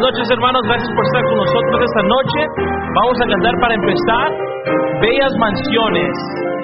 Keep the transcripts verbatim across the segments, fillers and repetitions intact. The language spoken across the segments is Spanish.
noches, hermanos, gracias por estar con nosotros esta noche. Vamos a cantar para empezar Bellas Mansiones.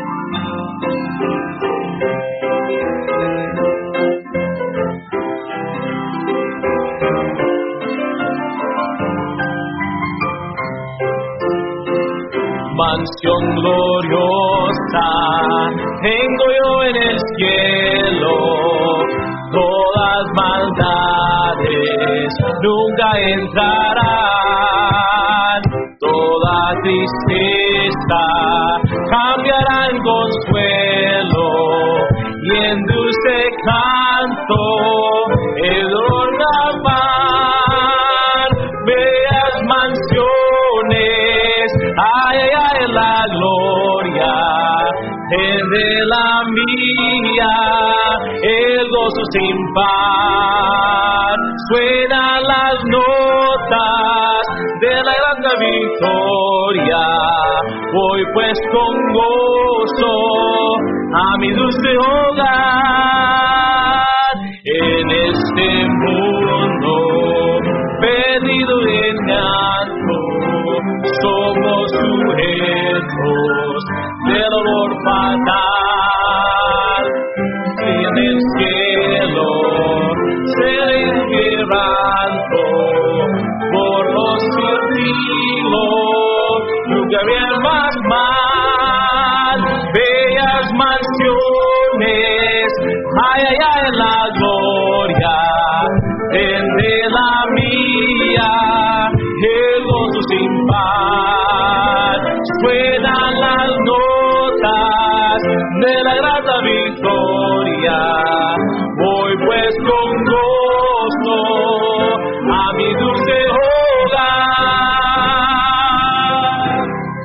Mansión gloriosa tengo yo en el cielo, todas maldades nunca entrarán, toda tristeza cambiará en consuelo y en dulce canto el dolor amar. Bellas mansiones, ay, ay, ay, la gloria es de la mía, el gozo sin par. Suenan las notas de la gran victoria, voy pues con gozo a mi dulce hogar. En este mundo perdido en llanto, somos sujetos del dolor fatal. Y en el cielo será el quebranto por los siglos, nunca había más mal. Bellas mansiones, ay, ay, ay, en la gloria en de la mía, el gozo sin par. Suenan las notas de la grata victoria, voy pues con gozo a mi dulce hogar.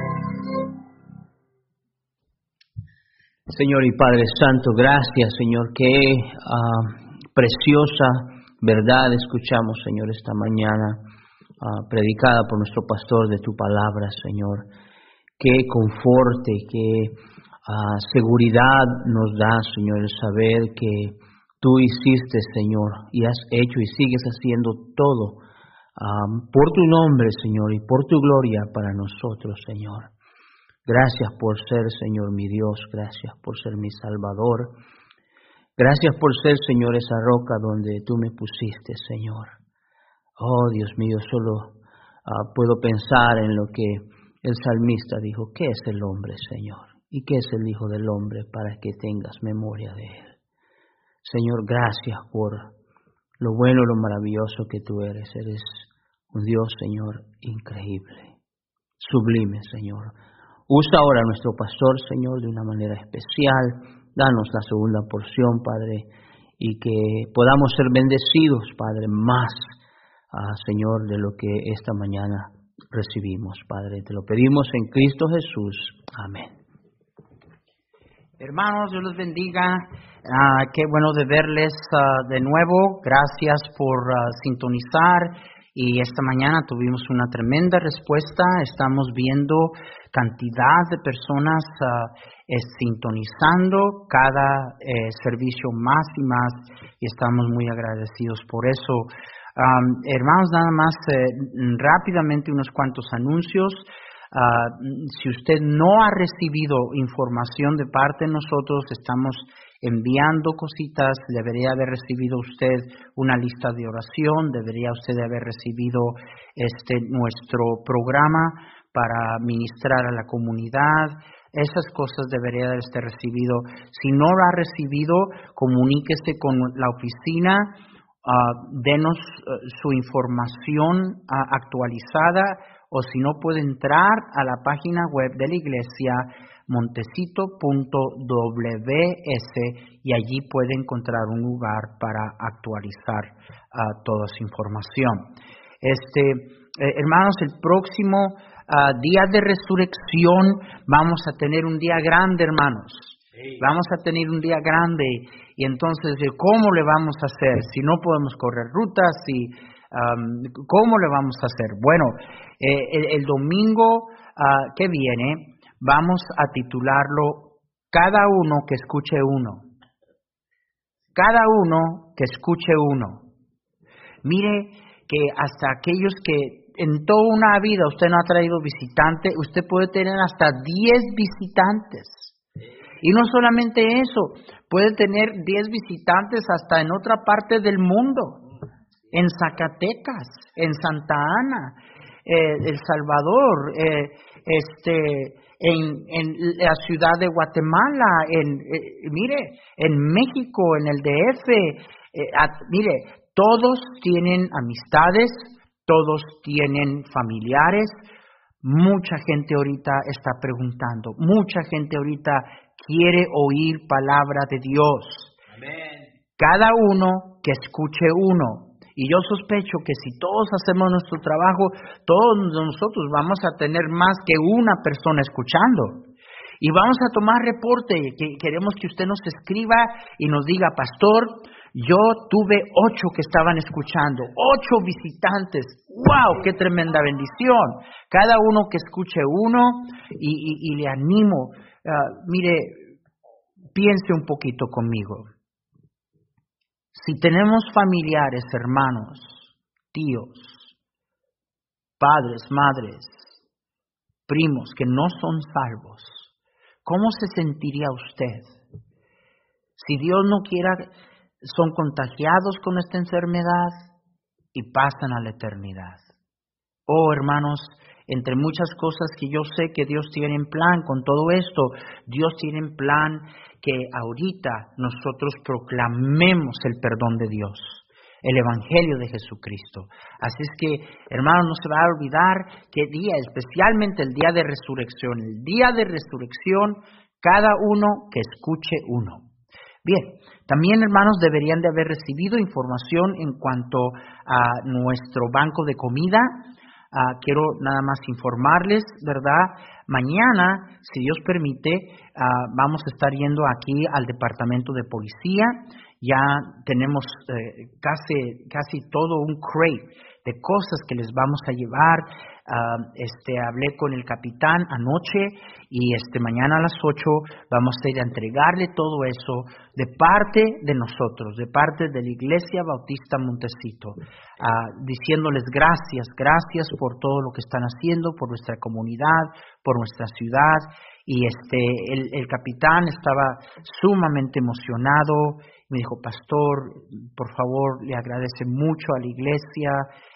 Señor y Padre Santo, gracias, Señor, qué uh, preciosa verdad escuchamos, Señor, esta mañana, uh, predicada por nuestro pastor de tu palabra, Señor. Qué conforte, qué uh, seguridad nos da, Señor, el saber que tú hiciste, Señor, y has hecho y sigues haciendo todo um, por tu nombre, Señor, y por tu gloria para nosotros, Señor. Gracias por ser, Señor, mi Dios, gracias por ser mi Salvador. Gracias por ser, Señor, esa roca donde tú me pusiste, Señor. Oh, Dios mío, solo uh, puedo pensar en lo que el salmista dijo, ¿qué es el hombre, Señor? ¿Y qué es el Hijo del Hombre para que tengas memoria de él? Señor, gracias por lo bueno y lo maravilloso que tú eres. Eres un Dios, Señor, increíble, sublime, Señor. Usa ahora a nuestro pastor, Señor, de una manera especial. Danos la segunda porción, Padre, y que podamos ser bendecidos, Padre, más, uh, Señor, de lo que esta mañana recibimos, Padre. Te lo pedimos en Cristo Jesús. Amén. Hermanos, Dios los bendiga. Uh, qué bueno de verles uh, de nuevo. Gracias por uh, sintonizar. Y esta mañana tuvimos una tremenda respuesta. Estamos viendo cantidad de personas uh, eh, sintonizando cada eh, servicio más y más. Y estamos muy agradecidos por eso. Um, hermanos, nada más eh, rápidamente unos cuantos anuncios. Uh, si usted no ha recibido información de parte de nosotros, estamos enviando cositas. Debería haber recibido usted una lista de oración, debería usted haber recibido este nuestro programa para ministrar a la comunidad. Esas cosas debería haber usted recibido. Si no lo ha recibido, comuníquese con la oficina, uh, denos uh, su información uh, actualizada, o si no, puede entrar a la página web de la iglesia, montecito punto w s, y allí puede encontrar un lugar para actualizar uh, toda su información. Este, eh, hermanos, el próximo uh, día de resurrección vamos a tener un día grande, hermanos. Sí. Vamos a tener un día grande, y entonces, ¿cómo le vamos a hacer? Si no podemos correr rutas, y um, ¿cómo le vamos a hacer? Bueno, eh, el, el domingo uh, que viene vamos a titularlo Cada uno que escuche uno. Cada uno que escuche uno. Mire, que hasta aquellos que en toda una vida usted no ha traído visitante, usted puede tener hasta diez visitantes. Y no solamente eso, puede tener diez visitantes hasta en otra parte del mundo, en Zacatecas, en Santa Ana, eh, El Salvador, eh, este, en, en la ciudad de Guatemala, en, eh, mire, en México, en el D F, eh, a, mire, todos tienen amistades, todos tienen familiares. Mucha gente ahorita está preguntando, mucha gente ahorita quiere oír palabra de Dios. Amén. Cada uno que escuche uno. Y yo sospecho que si todos hacemos nuestro trabajo, todos nosotros vamos a tener más que una persona escuchando. Y vamos a tomar reporte, que queremos que usted nos escriba y nos diga, pastor, yo tuve ocho que estaban escuchando, ocho visitantes. ¡Wow! ¡Qué tremenda bendición! Cada uno que escuche uno y, y, y le animo. Uh, mire, piense un poquito conmigo. Si tenemos familiares, hermanos, tíos, padres, madres, primos que no son salvos, ¿cómo se sentiría usted? Si Dios no quiera, son contagiados con esta enfermedad y pasan a la eternidad. Oh, hermanos, entre muchas cosas que yo sé que Dios tiene en plan con todo esto, Dios tiene en plan que ahorita nosotros proclamemos el perdón de Dios, el Evangelio de Jesucristo. Así es que, hermanos, no se va a olvidar qué día, especialmente el día de resurrección, el día de resurrección, cada uno que escuche uno. Bien, también, hermanos, deberían de haber recibido información en cuanto a nuestro banco de comida. Uh, quiero nada más informarles, ¿verdad? Mañana, si Dios permite, uh, vamos a estar yendo aquí al departamento de policía. Ya tenemos eh, casi, casi todo un crate de cosas que les vamos a llevar. Uh, este, hablé con el capitán anoche y este, mañana a las ocho vamos a ir a entregarle todo eso de parte de nosotros, de parte de la Iglesia Bautista Montecito, uh, diciéndoles gracias, gracias por todo lo que están haciendo, por nuestra comunidad, por nuestra ciudad. Y este, el, el capitán estaba sumamente emocionado. Me dijo, pastor, por favor, le agradece mucho a la iglesia.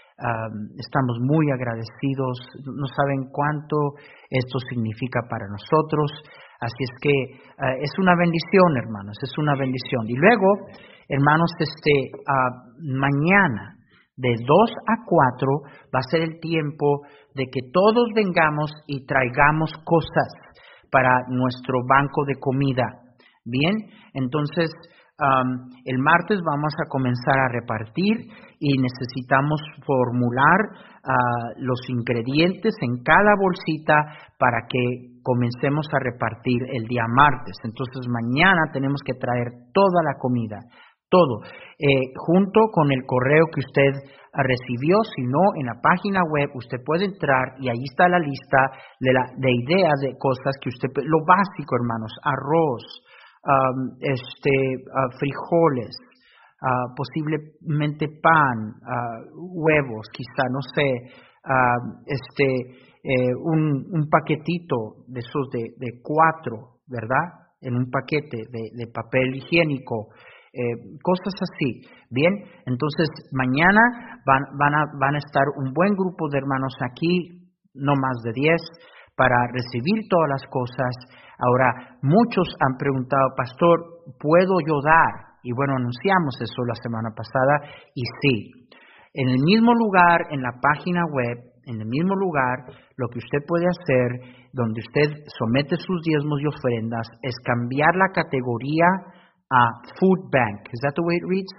Um, estamos muy agradecidos, no saben cuánto esto significa para nosotros, así es que uh, es una bendición, hermanos, es una bendición. Y luego, hermanos, este uh, mañana de dos a cuatro va a ser el tiempo de que todos vengamos y traigamos cosas para nuestro banco de comida. Bien, entonces um, el martes vamos a comenzar a repartir y necesitamos formular uh, los ingredientes en cada bolsita para que comencemos a repartir el día martes. Entonces mañana tenemos que traer toda la comida, todo, eh, junto con el correo que usted recibió. Si no, en la página web usted puede entrar y ahí está la lista de, la, de ideas de cosas que usted, lo básico, hermanos, arroz, um, este, uh, frijoles, Uh, posiblemente pan, uh, huevos, quizá, no sé, uh, este, eh, un, un paquetito de esos de, de cuatro, ¿verdad? En un paquete de, de papel higiénico, eh, cosas así. Bien, entonces mañana van, van, a, van a estar un buen grupo de hermanos aquí, no más de diez, para recibir todas las cosas. Ahora, muchos han preguntado, pastor, ¿puedo yo dar? Y bueno, anunciamos eso la semana pasada, y sí, en el mismo lugar, en la página web, en el mismo lugar, lo que usted puede hacer, donde usted somete sus diezmos y ofrendas, es cambiar la categoría a Food Bank. ¿Is that the way it reads?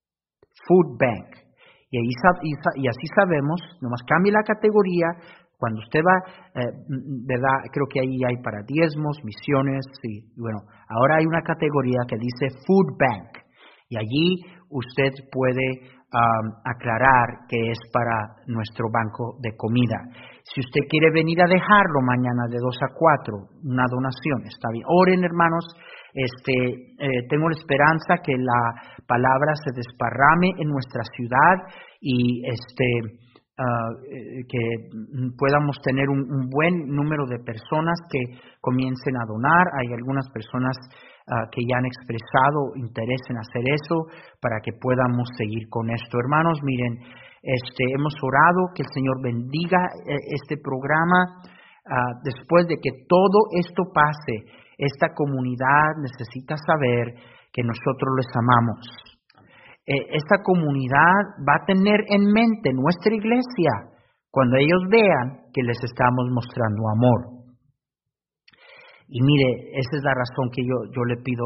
Food Bank. Y, ahí, y así sabemos, nomás cambie la categoría. Cuando usted va, eh, ¿verdad? Creo que ahí hay para diezmos, misiones, y bueno, ahora hay una categoría que dice Food Bank. Y allí usted puede um, aclarar que es para nuestro banco de comida. Si usted quiere venir a dejarlo mañana de dos a cuatro, una donación, está bien. Oren, hermanos, este, eh, tengo la esperanza que la palabra se desparrame en nuestra ciudad y este... Uh, que podamos tener un, un buen número de personas que comiencen a donar. Hay algunas personas uh, que ya han expresado interés en hacer eso para que podamos seguir con esto. Hermanos, miren, este, hemos orado que el Señor bendiga este programa. Uh, después de que todo esto pase, esta comunidad necesita saber que nosotros les amamos. Esta comunidad va a tener en mente nuestra iglesia cuando ellos vean que les estamos mostrando amor. Y mire, esa es la razón que yo, yo le pido.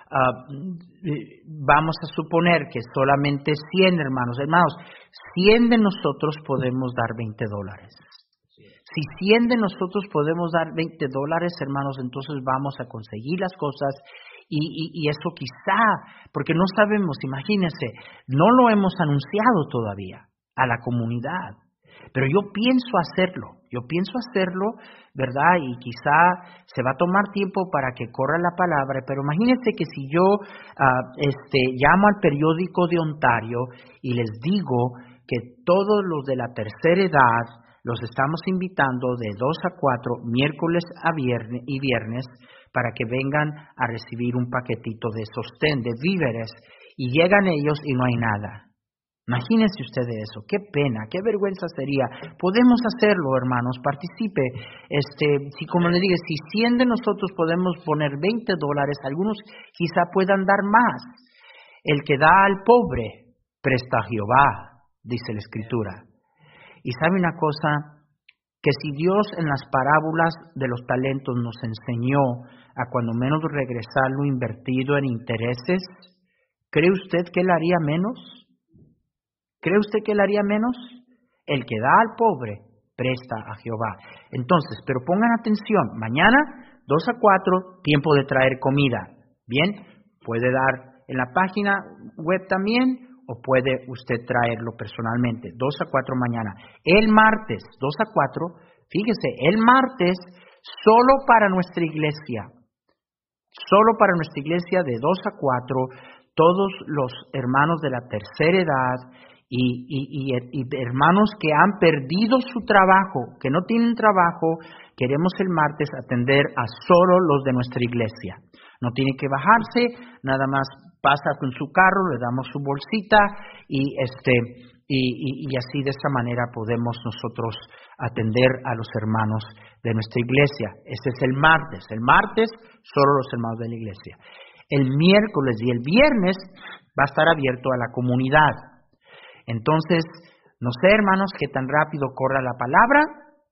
Uh, vamos a suponer que solamente cien hermanos, hermanos, cien de nosotros podemos dar veinte dólares. Si cien de nosotros podemos dar veinte dólares, hermanos, entonces vamos a conseguir las cosas. Y, y, y eso quizá, porque no sabemos, imagínense, no lo hemos anunciado todavía a la comunidad, pero yo pienso hacerlo, yo pienso hacerlo, ¿verdad? Y quizá se va a tomar tiempo para que corra la palabra, pero imagínense que si yo uh, este, llamo al periódico de Ontario y les digo que todos los de la tercera edad los estamos invitando de dos a cuatro, miércoles a viernes y viernes, para que vengan a recibir un paquetito de sostén, de víveres, y llegan ellos y no hay nada. Imagínense ustedes eso, qué pena, qué vergüenza sería. Podemos hacerlo, hermanos, participe. Este, si como les digo, si cien de nosotros podemos poner veinte dólares, algunos quizá puedan dar más. El que da al pobre, presta a Jehová, dice la Escritura. Y sabe una cosa, que si Dios en las parábolas de los talentos nos enseñó a cuando menos regresar lo invertido en intereses, ¿cree usted que Él haría menos? ¿Cree usted que Él haría menos? El que da al pobre, presta a Jehová. Entonces, pero pongan atención, mañana, dos a cuatro, tiempo de traer comida. Bien, puede dar en la página web también, o puede usted traerlo personalmente, dos a cuatro mañana. El martes, dos a cuatro, fíjese, el martes, solo para nuestra iglesia, solo para nuestra iglesia de dos a cuatro, todos los hermanos de la tercera edad y, y, y, y hermanos que han perdido su trabajo, que no tienen trabajo, queremos el martes atender a solo los de nuestra iglesia. No tiene que bajarse, nada más pasa con su carro, le damos su bolsita y este y, y, y así de esta manera podemos nosotros atender a los hermanos de nuestra iglesia. Este es el martes. El martes solo los hermanos de la iglesia. El miércoles y el viernes va a estar abierto a la comunidad. Entonces, no sé, hermanos, qué tan rápido corra la palabra,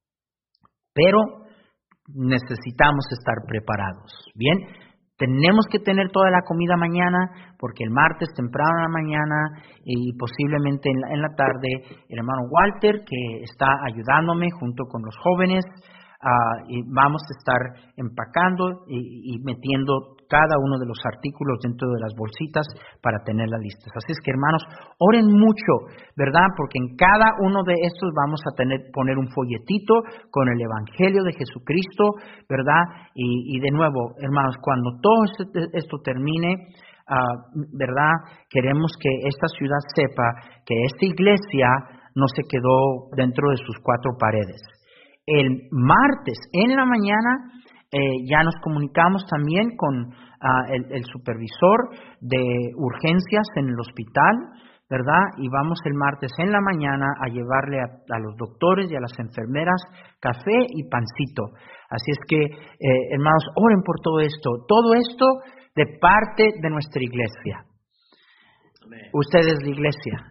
pero necesitamos estar preparados. Bien. Tenemos que tener toda la comida mañana, porque el martes temprano en la mañana y posiblemente en la, en la tarde, el hermano Walter, que está ayudándome junto con los jóvenes, uh, y vamos a estar empacando y, y metiendo cada uno de los artículos dentro de las bolsitas para tenerlas listas. Así es que, hermanos, oren mucho, ¿verdad? Porque en cada uno de estos vamos a tener poner un folletito con el Evangelio de Jesucristo, ¿verdad? Y, y de nuevo, hermanos, cuando todo esto termine, uh, ¿verdad? Queremos que esta ciudad sepa que esta iglesia no se quedó dentro de sus cuatro paredes. El martes en la mañana Eh, ya nos comunicamos también con uh, el, el supervisor de urgencias en el hospital, ¿verdad? Y vamos el martes en la mañana a llevarle a, a los doctores y a las enfermeras café y pancito. Así es que, eh, hermanos, oren por todo esto. Todo esto de parte de nuestra iglesia. Amén. Usted es la iglesia.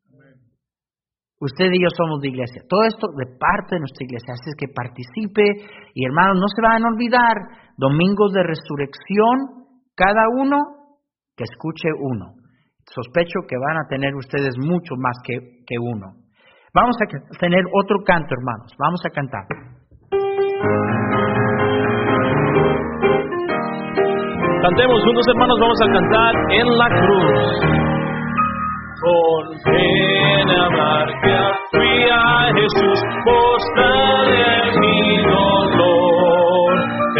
Usted y yo somos de iglesia. Todo esto de parte de nuestra iglesia. Así es que participe. Y hermanos, no se van a olvidar. Domingos de resurrección. Cada uno que escuche uno. Sospecho que van a tener ustedes mucho más que, que uno. Vamos a tener otro canto, hermanos. Vamos a cantar. Cantemos juntos, hermanos, vamos a cantar En la cruz. Con pena amarga fui a Jesús, postrar mi dolor.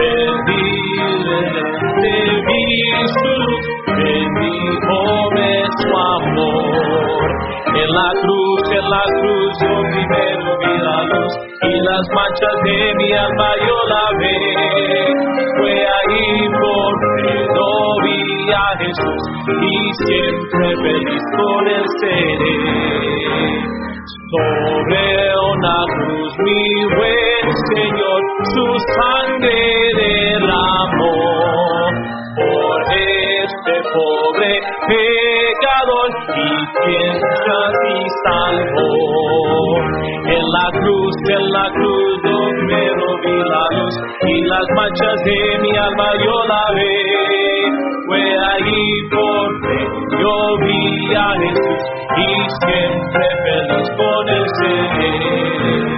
Perdí vi su luz, bendíjome su amor. En la cruz, en la cruz, yo primero vi la luz, y las manchas de mi alma yo lavé. Fue ahí porque no vi a Jesús, y siempre feliz con él seré. Sobre una cruz mi buen Señor su sangre derramó por este pobre pecador, y piensa y salvó. En la cruz, en la cruz donde no vi la luz, y las manchas de mi alma yo lavé. Fue ahí porque yo vi a Jesús, y siempre feliz con él seré.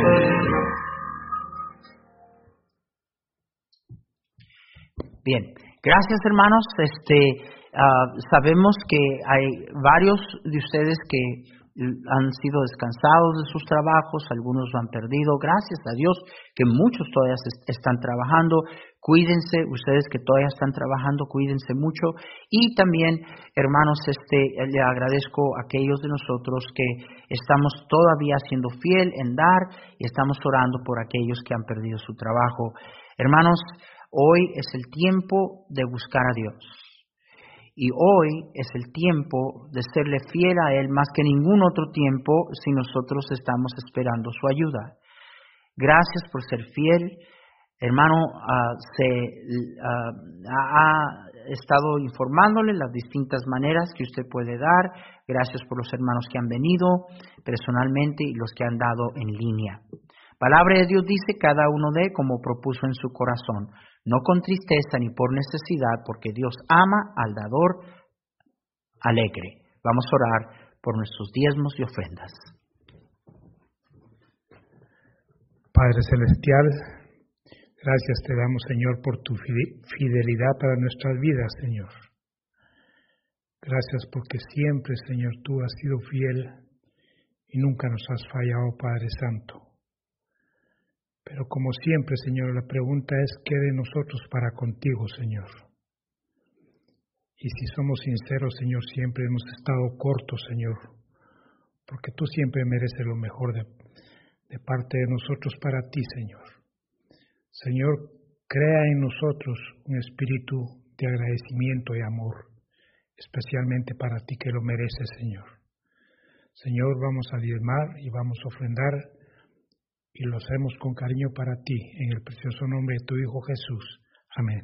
Bien, gracias hermanos. Este, uh, sabemos que hay varios de ustedes que han sido descansados de sus trabajos, algunos lo han perdido. Gracias a Dios que muchos todavía están trabajando. Cuídense, ustedes que todavía están trabajando, cuídense mucho. Y también, hermanos, este, le agradezco a aquellos de nosotros que estamos todavía siendo fiel en dar, y estamos orando por aquellos que han perdido su trabajo. Hermanos, hoy es el tiempo de buscar a Dios. Y hoy es el tiempo de serle fiel a Él más que ningún otro tiempo, si nosotros estamos esperando su ayuda. Gracias por ser fiel. Hermano, uh, se uh, ha estado informándole las distintas maneras que usted puede dar. Gracias por los hermanos que han venido personalmente y los que han dado en línea. Palabra de Dios dice: cada uno dé como propuso en su corazón, no con tristeza ni por necesidad, porque Dios ama al dador alegre. Vamos a orar por nuestros diezmos y ofrendas. Padre Celestial, gracias te damos, Señor, por tu fidelidad para nuestras vidas, Señor. Gracias porque siempre, Señor, tú has sido fiel y nunca nos has fallado, Padre Santo. Pero como siempre, Señor, la pregunta es: ¿qué de nosotros para contigo, Señor? Y si somos sinceros, Señor, siempre hemos estado cortos, Señor, porque tú siempre mereces lo mejor de, de parte de nosotros para ti, Señor. Señor, crea en nosotros un espíritu de agradecimiento y amor, especialmente para ti que lo mereces, Señor. Señor, vamos a diezmar y vamos a ofrendar, y lo hacemos con cariño para ti, en el precioso nombre de tu Hijo Jesús. Amén.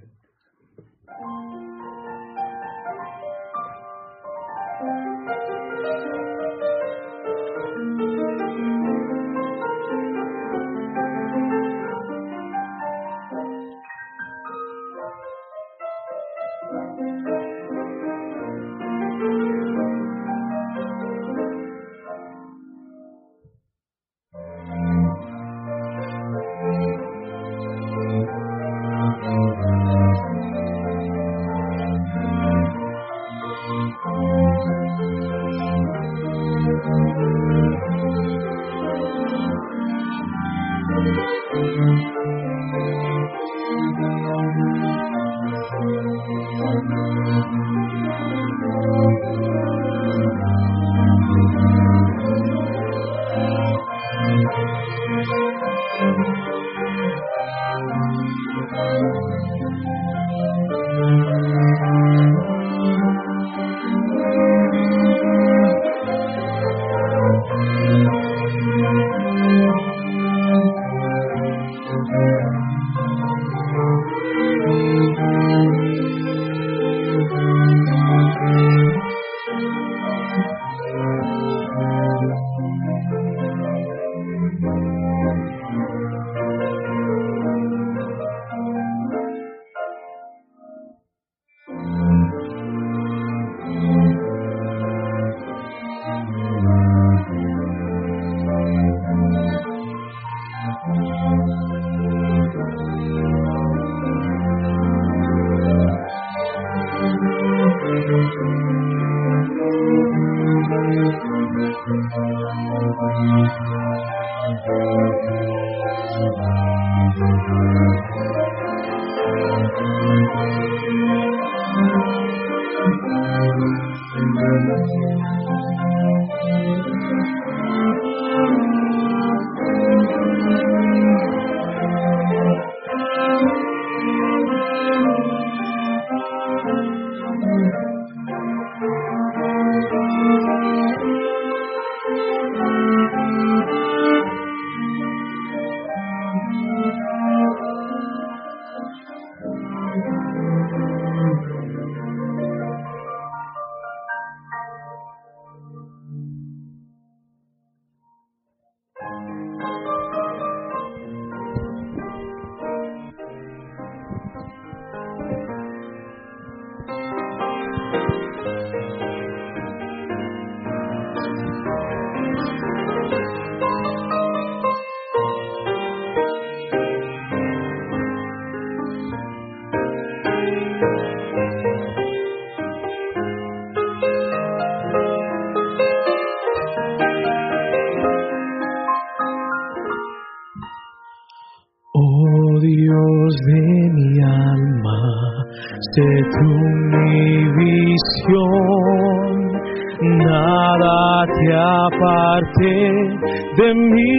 Sé tú mi visión, nada te aparte de mi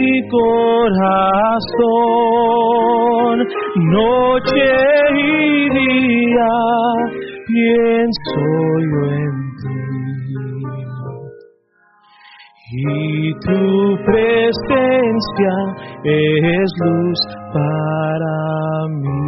corazón. Noche y día pienso yo en ti, y tu presencia es luz para mí.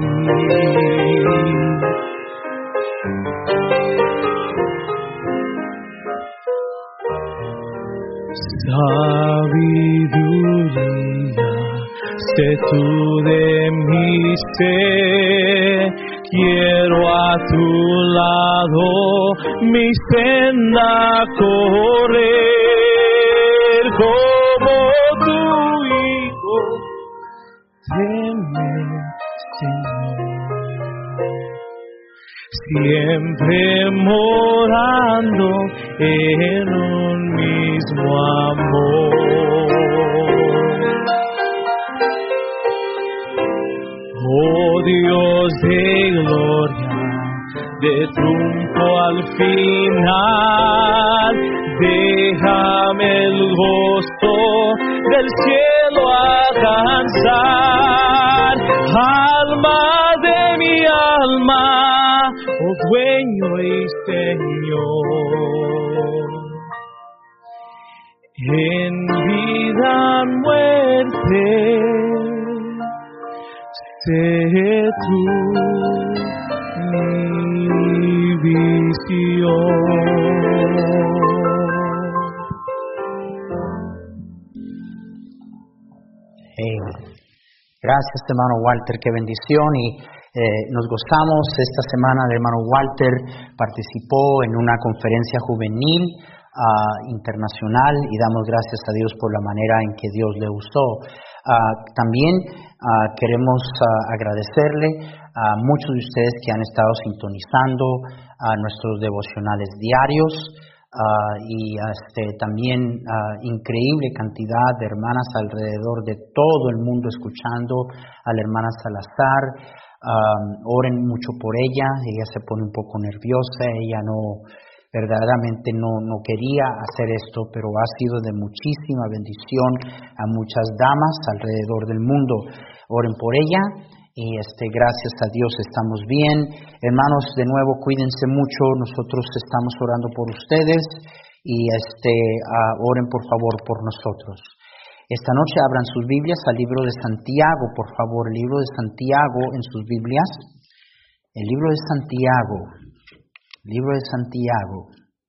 Sabiduría, sé tú de mi ser, quiero a tu lado mi senda correr, como tu hijo, teme, Señor, siempre morando en un mismo amor. Oh Dios de gloria, de triunfo al final, déjame el gozo del cielo alcanzar. Alma de mi alma, oh dueño y Señor, en vida, muerte, sé tú mi visión. Hey, gracias, hermano Walter, qué bendición. Y eh, nos gozamos esta semana de hermano Walter. Participó en una conferencia juvenil uh, internacional y damos gracias a Dios por la manera en que Dios le usó. Uh, también uh, queremos uh, agradecerle a muchos de ustedes que han estado sintonizando a nuestros devocionales diarios. Uh, y este, también uh, increíble cantidad de hermanas alrededor de todo el mundo escuchando a la hermana Salazar. Um, oren mucho por ella, ella se pone un poco nerviosa, ella no, verdaderamente no, no quería hacer esto, pero ha sido de muchísima bendición a muchas damas alrededor del mundo. Oren por ella. Y este, gracias a Dios estamos bien. Hermanos, de nuevo, cuídense mucho. Nosotros estamos orando por ustedes y este, uh, oren por favor por nosotros. Esta noche abran sus Biblias al libro de Santiago, por favor. El libro de Santiago en sus Biblias. El libro de Santiago. El libro de Santiago.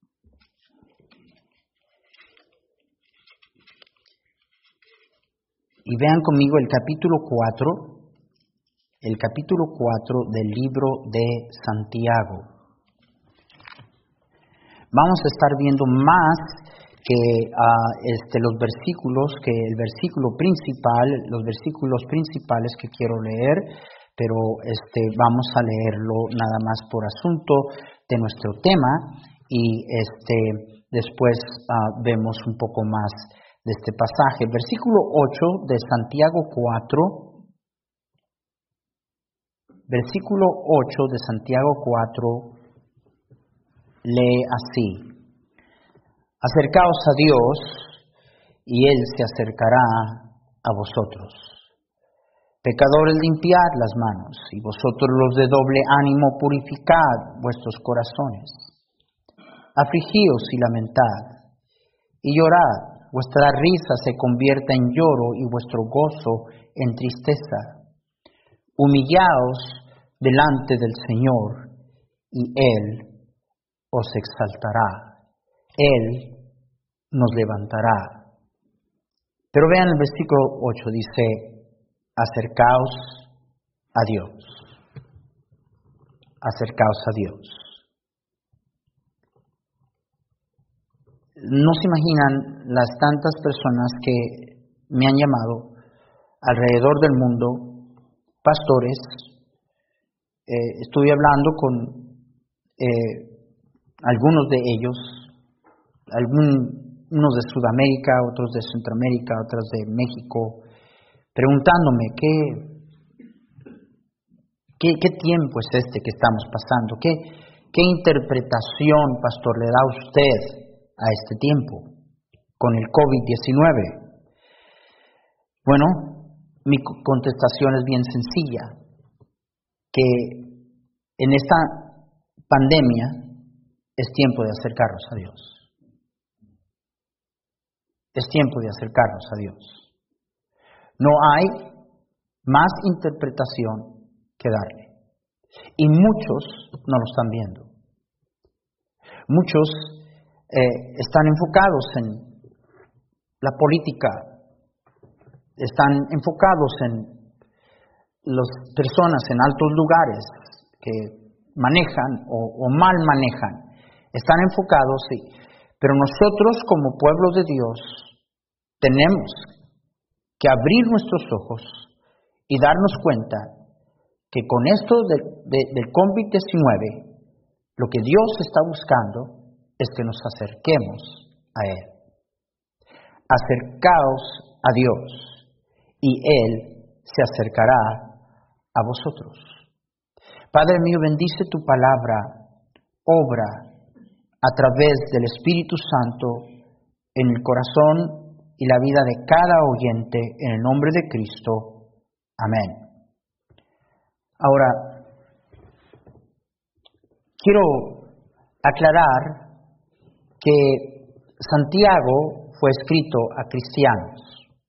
Y vean conmigo el capítulo cuatro. El capítulo cuatro del libro de Santiago. Vamos a estar viendo más que uh, este, los versículos, que el versículo principal, los versículos principales que quiero leer, pero este, vamos a leerlo nada más por asunto de nuestro tema y este, después uh, vemos un poco más de este pasaje. Versículo ocho de Santiago cuatro. versículo ocho de Santiago cuatro, lee así: acercaos a Dios, y Él se acercará a vosotros. Pecadores, limpiad las manos, y vosotros los de doble ánimo, purificad vuestros corazones. Afligíos y lamentad, y llorad. Vuestra risa se convierta en lloro, y vuestro gozo en tristeza. Humillaos delante del Señor, y Él os exaltará. Él nos levantará. Pero vean el versículo ocho, dice: acercaos a Dios. Acercaos a Dios. No se imaginan las tantas personas que me han llamado alrededor del mundo, pastores. Eh, estuve hablando con eh, algunos de ellos, algunos de Sudamérica, otros de Centroamérica, otros de México, preguntándome qué, qué, qué tiempo es este que estamos pasando, qué, qué interpretación, pastor, le da usted a este tiempo con el COVID diecinueve. Bueno, mi contestación es bien sencilla, que en esta pandemia es tiempo de acercarnos a Dios. Es tiempo de acercarnos a Dios. No hay más interpretación que darle. Y muchos no lo están viendo. Muchos eh, están enfocados en la política, están enfocados en las personas en altos lugares que manejan o, o mal manejan. Están enfocados, sí. Pero nosotros como pueblo de Dios tenemos que abrir nuestros ojos y darnos cuenta que con esto de, de, del COVID diecinueve, lo que Dios está buscando es que nos acerquemos a Él. Acercaos a Dios, y Él se acercará a vosotros. Padre mío, bendice tu palabra, obra a través del Espíritu Santo en el corazón y la vida de cada oyente, en el nombre de Cristo. Amén. Ahora, quiero aclarar que Santiago fue escrito a cristianos.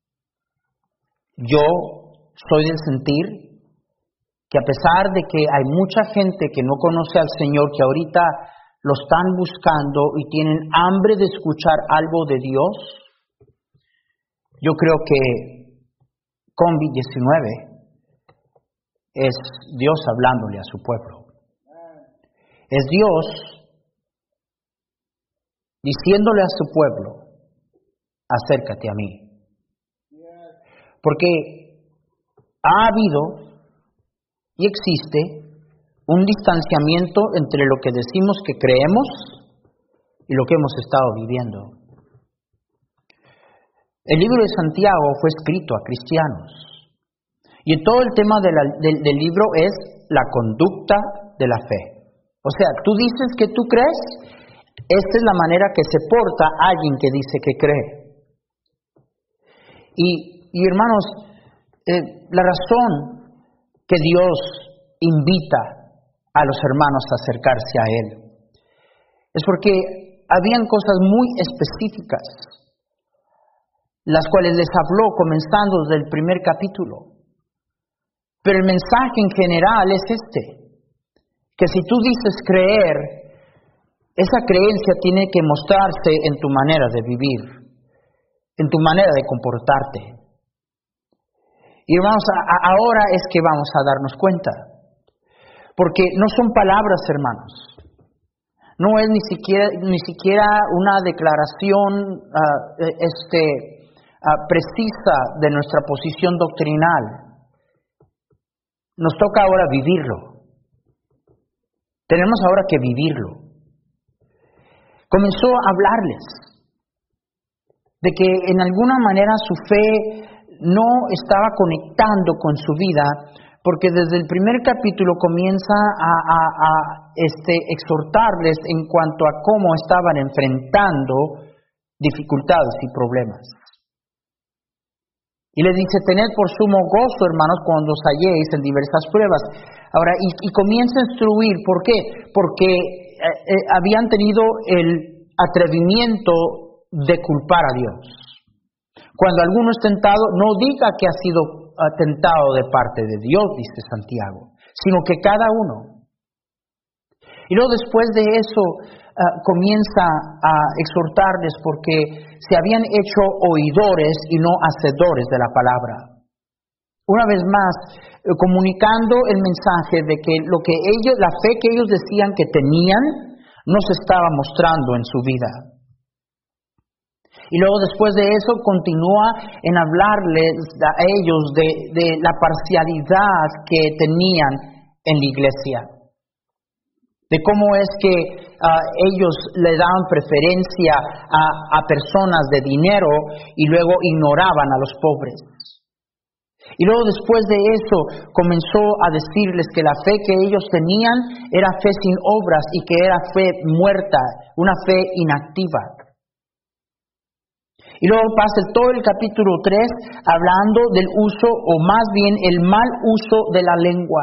Yo soy del sentir que a pesar de que hay mucha gente que no conoce al Señor, que ahorita lo están buscando y tienen hambre de escuchar algo de Dios, yo creo que COVID diecinueve es Dios hablándole a su pueblo. Es Dios diciéndole a su pueblo: acércate a mí. Porque ha habido y existe un distanciamiento entre lo que decimos que creemos y lo que hemos estado viviendo. El libro de Santiago fue escrito a cristianos. Y todo el tema de la, del, del libro es la conducta de la fe. O sea, tú dices que tú crees, esta es la manera que se porta alguien que dice que cree. Y, y hermanos, eh, la razón que Dios invita a los hermanos a acercarse a Él es porque habían cosas muy específicas, las cuales les habló comenzando desde el primer capítulo. Pero el mensaje en general es este: que si tú dices creer, esa creencia tiene que mostrarse en tu manera de vivir, en tu manera de comportarte. Y hermanos, ahora es que vamos a darnos cuenta, porque no son palabras, hermanos, no es ni siquiera ni siquiera una declaración uh, este uh, precisa de nuestra posición doctrinal. Nos toca ahora vivirlo. Tenemos ahora que vivirlo. Comenzó a hablarles de que en alguna manera su fe no estaba conectando con su vida porque desde el primer capítulo comienza a, a, a este, exhortarles en cuanto a cómo estaban enfrentando dificultades y problemas. Y les dice, tened por sumo gozo, hermanos, cuando os halléis en diversas pruebas. Ahora, y, y comienza a instruir, ¿por qué? Porque eh, eh, habían tenido el atrevimiento de culpar a Dios. Cuando alguno es tentado, no diga que ha sido tentado de parte de Dios, dice Santiago, sino que cada uno. Y luego después de eso uh, comienza a exhortarles porque se habían hecho oidores y no hacedores de la palabra. Una vez más, eh, comunicando el mensaje de que lo que ellos, la fe que ellos decían que tenían, no se estaba mostrando en su vida. Y luego después de eso continúa en hablarles a ellos de, de la parcialidad que tenían en la iglesia. De cómo es que uh, ellos le daban preferencia a, a personas de dinero y luego ignoraban a los pobres. Y luego después de eso comenzó a decirles que la fe que ellos tenían era fe sin obras y que era fe muerta, una fe inactiva. Y luego pasa todo el capítulo tres hablando del uso, o más bien el mal uso de la lengua.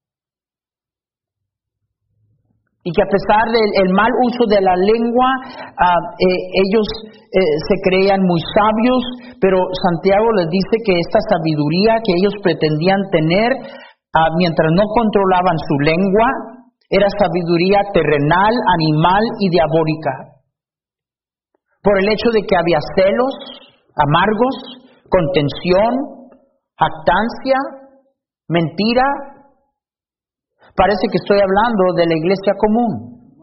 Y que a pesar del el mal uso de la lengua, uh, eh, ellos eh, se creían muy sabios, pero Santiago les dice que esta sabiduría que ellos pretendían tener, uh, mientras no controlaban su lengua, era sabiduría terrenal, animal y diabólica. Por el hecho de que había celos, amargos, contención, jactancia, mentira. Parece que estoy hablando de la iglesia común.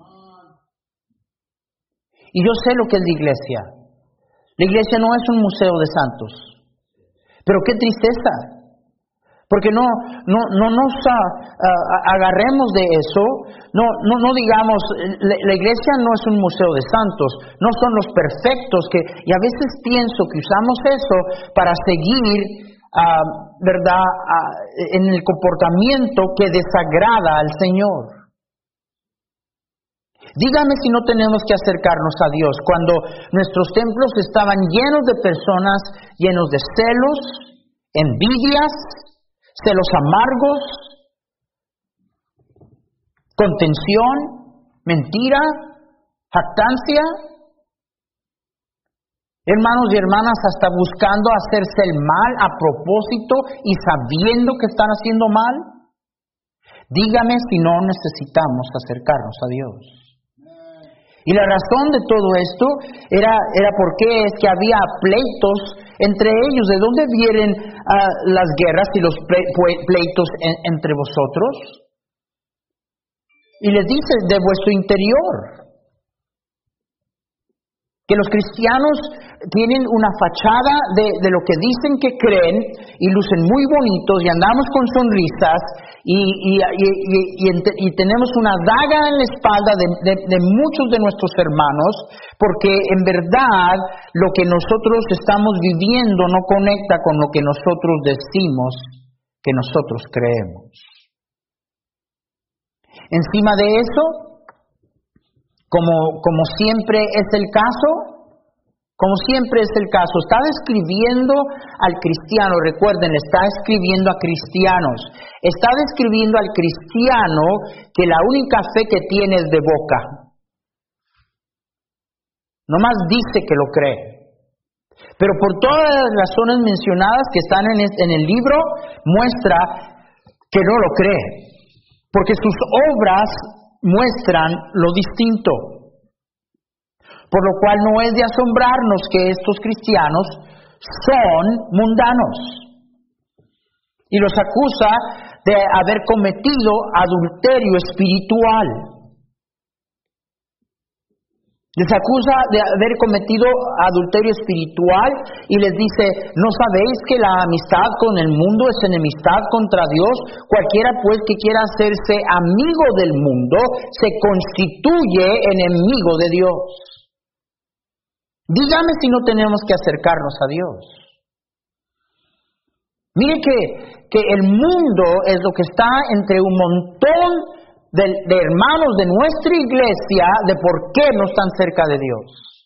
Y yo sé lo que es la iglesia. La iglesia no es un museo de santos. Pero qué tristeza. Porque no, no, no nos uh, uh, agarremos de eso, no, no, no digamos, la, la iglesia no es un museo de santos, no son los perfectos, que, y a veces pienso que usamos eso para seguir, uh, ¿verdad?, uh, en el comportamiento que desagrada al Señor. Dígame si no tenemos que acercarnos a Dios cuando nuestros templos estaban llenos de personas, llenos de celos, envidias, celos amargos, contención, mentira, jactancia. Hermanos y hermanas, hasta buscando hacerse el mal a propósito y sabiendo que están haciendo mal. Dígame si no necesitamos acercarnos a Dios. Y la razón de todo esto era, era porque es que había pleitos entre ellos. ¿De dónde vienen uh, las guerras y los pleitos en, entre vosotros? Y les dice, de vuestro interior. Que los cristianos tienen una fachada de, de lo que dicen que creen y lucen muy bonitos y andamos con sonrisas y, y, y, y, y, y tenemos una daga en la espalda de, de, de muchos de nuestros hermanos porque en verdad lo que nosotros estamos viviendo no conecta con lo que nosotros decimos que nosotros creemos. Encima de eso, Como, como siempre es el caso, como siempre es el caso, está describiendo al cristiano, recuerden, está escribiendo a cristianos, está describiendo al cristiano que la única fe que tiene es de boca. Nomás dice que lo cree. Pero por todas las razones mencionadas que están en, este, en el libro, muestra que no lo cree, porque sus obras muestran lo distinto, por lo cual no es de asombrarnos que estos cristianos son mundanos y los acusa de haber cometido adulterio espiritual. Les acusa de haber cometido adulterio espiritual y les dice, ¿no sabéis que la amistad con el mundo es enemistad contra Dios? Cualquiera pues que quiera hacerse amigo del mundo se constituye enemigo de Dios. Dígame si no tenemos que acercarnos a Dios. Mire que, que el mundo es lo que está entre un montón de, de hermanos de nuestra iglesia de por qué no están cerca de Dios.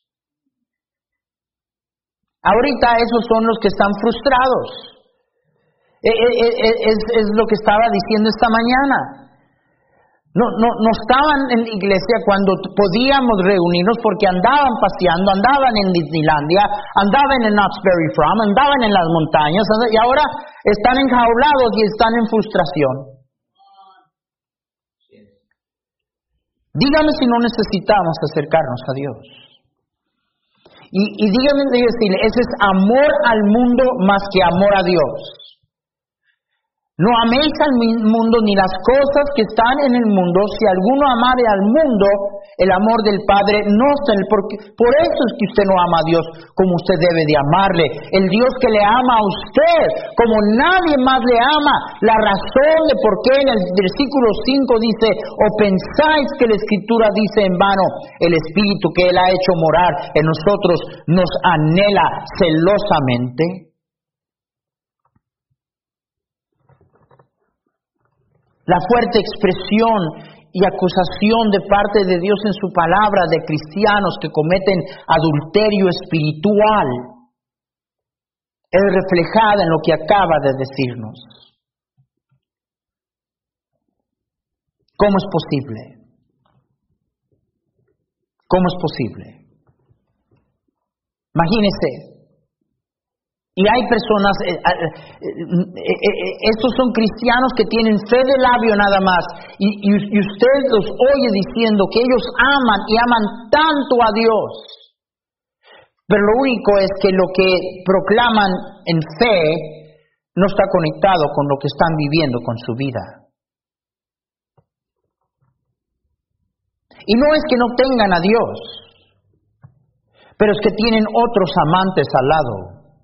Ahorita esos son los que están frustrados. Es, es, es lo que estaba diciendo esta mañana. No, no, no estaban en la iglesia cuando podíamos reunirnos porque andaban paseando, andaban en Disneylandia, andaban en Knott's Berry Farm, andaban en las montañas y ahora están enjaulados y están en frustración. Dígame si no necesitamos acercarnos a Dios. Y, y dígame decirle, ese es amor al mundo más que amor a Dios. No améis al mundo ni las cosas que están en el mundo. Si alguno amare al mundo, el amor del Padre no está en él. Porque, por eso es que usted no ama a Dios como usted debe de amarle. El Dios que le ama a usted como nadie más le ama. La razón de por qué en el versículo cinco dice, o pensáis que la Escritura dice en vano, el Espíritu que Él ha hecho morar en nosotros nos anhela celosamente. La fuerte expresión y acusación de parte de Dios en su palabra de cristianos que cometen adulterio espiritual es reflejada en lo que acaba de decirnos. ¿Cómo es posible? ¿Cómo es posible? Imagínese. Y hay personas, eh, eh, eh, eh, estos son cristianos que tienen fe de labio nada más, y, y, y usted los oye diciendo que ellos aman y aman tanto a Dios, pero lo único es que lo que proclaman en fe no está conectado con lo que están viviendo con su vida. Y no es que no tengan a Dios, pero es que tienen otros amantes al lado.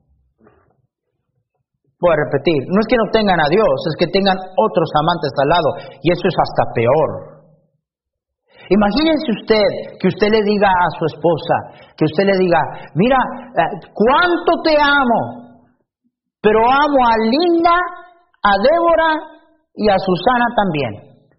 Voy a repetir, no es que no tengan a Dios, es que tengan otros amantes al lado, y eso es hasta peor. Imagínense usted que usted le diga a su esposa, que usted le diga, mira, cuánto te amo, pero amo a Linda, a Débora y a Susana también.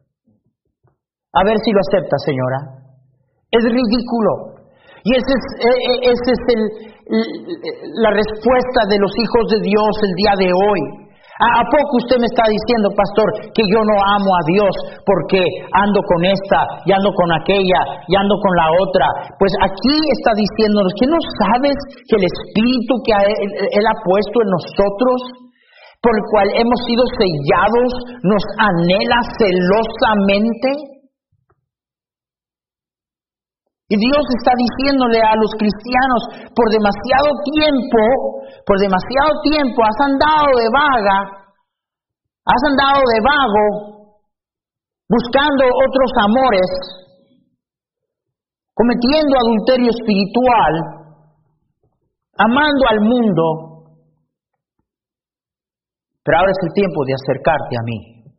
A ver si lo acepta, señora. Es ridículo. Y ese es, ese es el, la respuesta de los hijos de Dios el día de hoy. ¿A poco usted me está diciendo, pastor, que yo no amo a Dios porque ando con esta, y ando con aquella, y ando con la otra? Pues aquí está diciéndonos que no sabes que el Espíritu que Él, Él ha puesto en nosotros, por el cual hemos sido sellados, nos anhela celosamente. Y Dios está diciéndole a los cristianos, por demasiado tiempo, por demasiado tiempo has andado de vaga, has andado de vago, buscando otros amores, cometiendo adulterio espiritual, amando al mundo, pero ahora es el tiempo de acercarte a mí.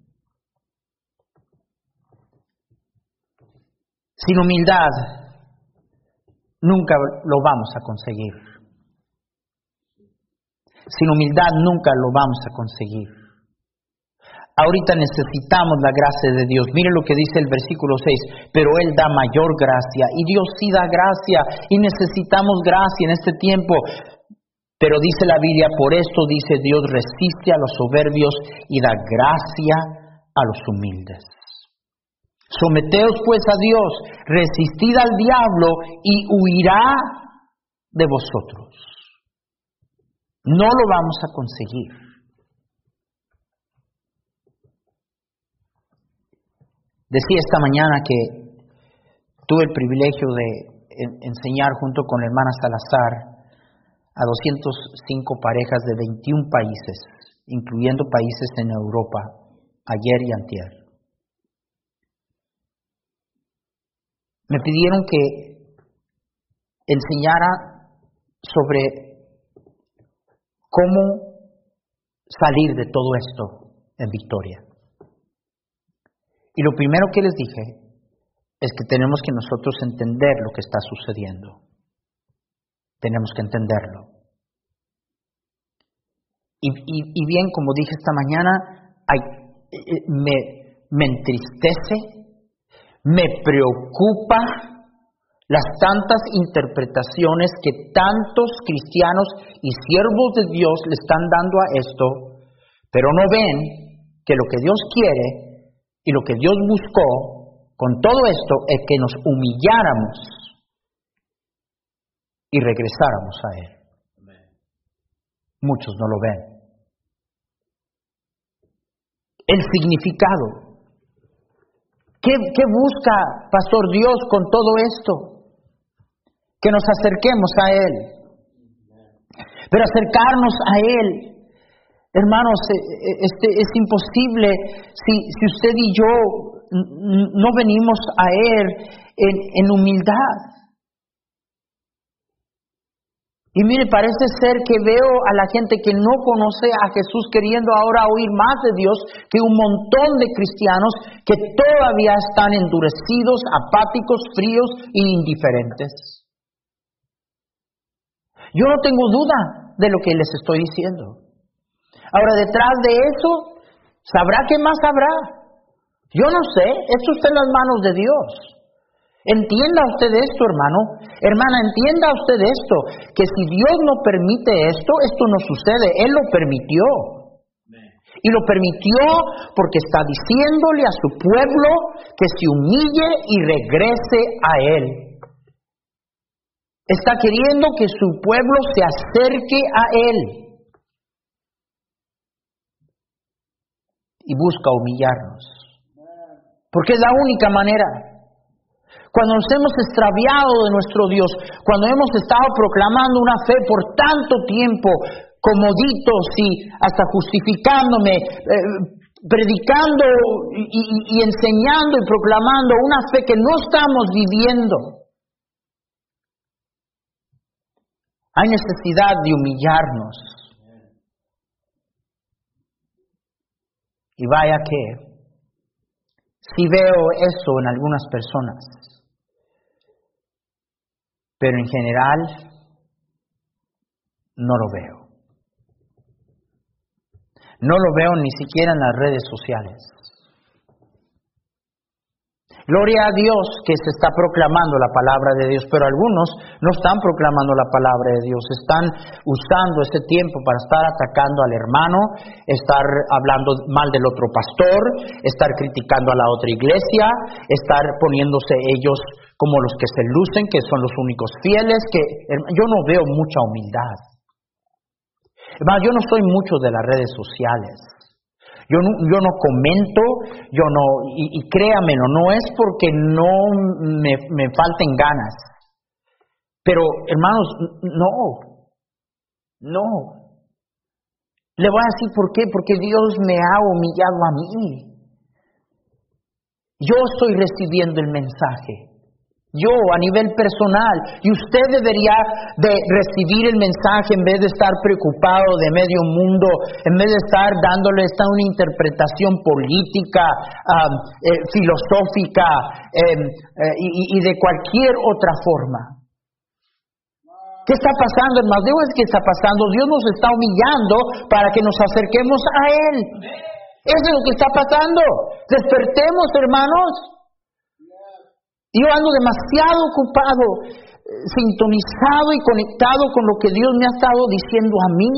Sin humildad nunca lo vamos a conseguir. Sin humildad nunca lo vamos a conseguir. Ahorita necesitamos la gracia de Dios. Mire lo que dice el versículo seis. Pero Él da mayor gracia. Y Dios sí da gracia. Y necesitamos gracia en este tiempo. Pero dice la Biblia, por esto dice Dios, resiste a los soberbios y da gracia a los humildes. Someteos pues a Dios, resistid al diablo y huirá de vosotros. No lo vamos a conseguir. Decía esta mañana que tuve el privilegio de enseñar junto con la hermana Salazar a doscientas cinco parejas de veintiún países, incluyendo países en Europa, ayer y antier. Me pidieron que enseñara sobre cómo salir de todo esto en victoria. Y lo primero que les dije es que tenemos que nosotros entender lo que está sucediendo. Tenemos que entenderlo. Y, y, y bien, como dije esta mañana, ay, me, me entristece, me preocupa las tantas interpretaciones que tantos cristianos y siervos de Dios le están dando a esto, pero no ven que lo que Dios quiere y lo que Dios buscó con todo esto es que nos humilláramos y regresáramos a Él. Muchos no lo ven. El significado. ¿Qué, qué busca, Pastor Dios, con todo esto? Que nos acerquemos a Él. Pero acercarnos a Él, hermanos, este, es imposible si, si usted y yo no venimos a Él en, en humildad. Y mire, parece ser que veo a la gente que no conoce a Jesús queriendo ahora oír más de Dios que un montón de cristianos que todavía están endurecidos, apáticos, fríos e indiferentes. Yo no tengo duda de lo que les estoy diciendo. Ahora, detrás de eso, ¿sabrá qué más habrá? Yo no sé, esto está en las manos de Dios. Entienda usted esto, hermano. Hermana, entienda usted esto, que si Dios no permite esto, esto no sucede. Él lo permitió. Y lo permitió porque está diciéndole a su pueblo que se humille y regrese a Él. Está queriendo que su pueblo se acerque a Él. Y busca humillarnos. Porque es la única manera. Cuando nos hemos extraviado de nuestro Dios, cuando hemos estado proclamando una fe por tanto tiempo, comoditos y hasta justificándome, eh, predicando y, y, y enseñando y proclamando una fe que no estamos viviendo, hay necesidad de humillarnos. Y vaya que, si veo eso en algunas personas, pero en general no lo veo. No lo veo ni siquiera en las redes sociales. Gloria a Dios que se está proclamando la palabra de Dios, pero algunos no están proclamando la palabra de Dios, están usando ese tiempo para estar atacando al hermano, estar hablando mal del otro pastor, estar criticando a la otra iglesia, estar poniéndose ellos como los que se lucen, que son los únicos fieles, que yo no veo mucha humildad. Además, yo no soy mucho de las redes sociales. Yo no, yo no comento, yo no, y, y créamelo, no es porque no me, me falten ganas. Pero, hermanos, no, no. Le voy a decir por qué, porque Dios me ha humillado a mí. Yo estoy recibiendo el mensaje. Yo, a nivel personal, y usted debería de recibir el mensaje en vez de estar preocupado de medio mundo, en vez de estar dándole esta una interpretación política, um, eh, filosófica eh, eh, y, y de cualquier otra forma. ¿Qué está pasando, hermano? Digo, es que está pasando. Dios nos está humillando para que nos acerquemos a Él. Eso es lo que está pasando. Despertemos, hermanos. Yo ando demasiado ocupado, sintonizado y conectado con lo que Dios me ha estado diciendo a mí.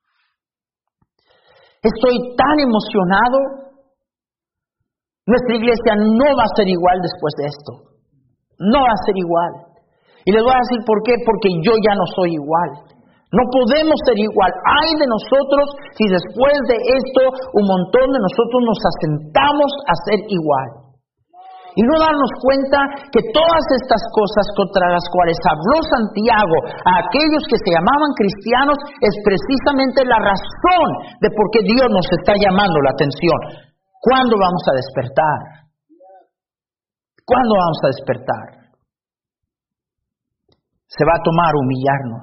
Estoy tan emocionado. Nuestra iglesia no va a ser igual después de esto. No va a ser igual. Y les voy a decir por qué, porque yo ya no soy igual. No podemos ser igual. Ay de nosotros si después de esto un montón de nosotros nos asentamos a ser igual. Y no darnos cuenta que todas estas cosas contra las cuales habló Santiago a aquellos que se llamaban cristianos es precisamente la razón de por qué Dios nos está llamando la atención. ¿Cuándo vamos a despertar? ¿Cuándo vamos a despertar? Se va a tomar humillarnos.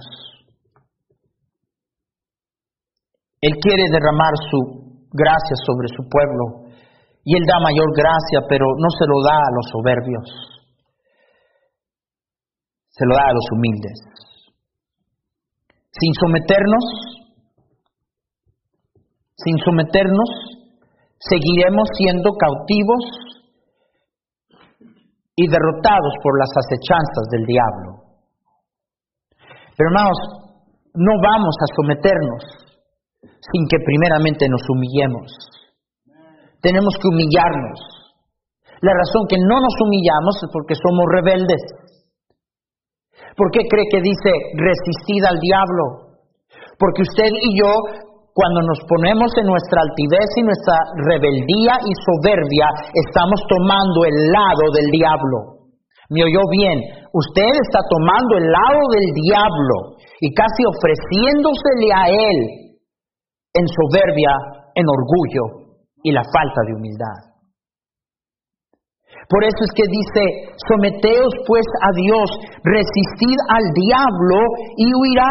Él quiere derramar su gracia sobre su pueblo. Y Él da mayor gracia, pero no se lo da a los soberbios. Se lo da a los humildes. Sin someternos, Sin someternos, seguiremos siendo cautivos y derrotados por las acechanzas del diablo. Pero hermanos, no vamos a someternos sin que primeramente nos humillemos. Tenemos que humillarnos. La razón que no nos humillamos es porque somos rebeldes. ¿Por qué cree que dice resistid al diablo? Porque usted y yo, cuando nos ponemos en nuestra altivez y nuestra rebeldía y soberbia, estamos tomando el lado del diablo. ¿Me oyó bien? Usted está tomando el lado del diablo y casi ofreciéndosele a él en soberbia, en orgullo y la falta de humildad. Por eso es que dice, someteos pues a Dios, resistid al diablo y huirá.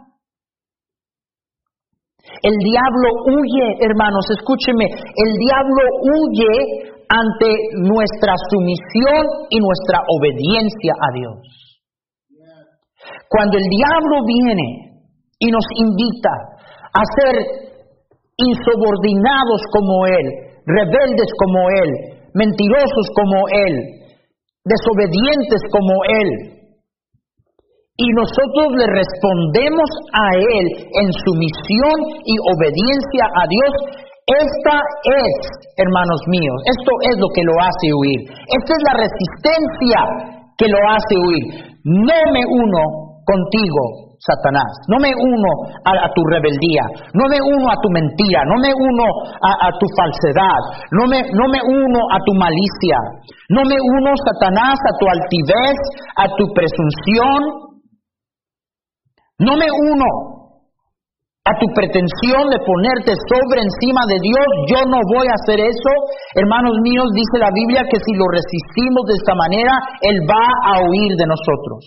El diablo huye, hermanos, escúcheme, el diablo huye ante nuestra sumisión y nuestra obediencia a Dios. Cuando el diablo viene y nos invita a ser insubordinados como Él, rebeldes como Él, mentirosos como Él, desobedientes como Él, y nosotros le respondemos a Él en sumisión y obediencia a Dios, esta es, hermanos míos, esto es lo que lo hace huir. Esta es la resistencia que lo hace huir. No me uno contigo, Satanás. No me uno a, a tu rebeldía. No me uno a tu mentira. No me uno a, a tu falsedad. No me, no me uno a tu malicia. No me uno, Satanás, a tu altivez, a tu presunción. No me uno a tu pretensión de ponerte sobre encima de Dios. Yo no voy a hacer eso. Hermanos míos, dice la Biblia que si lo resistimos de esta manera, Él va a huir de nosotros.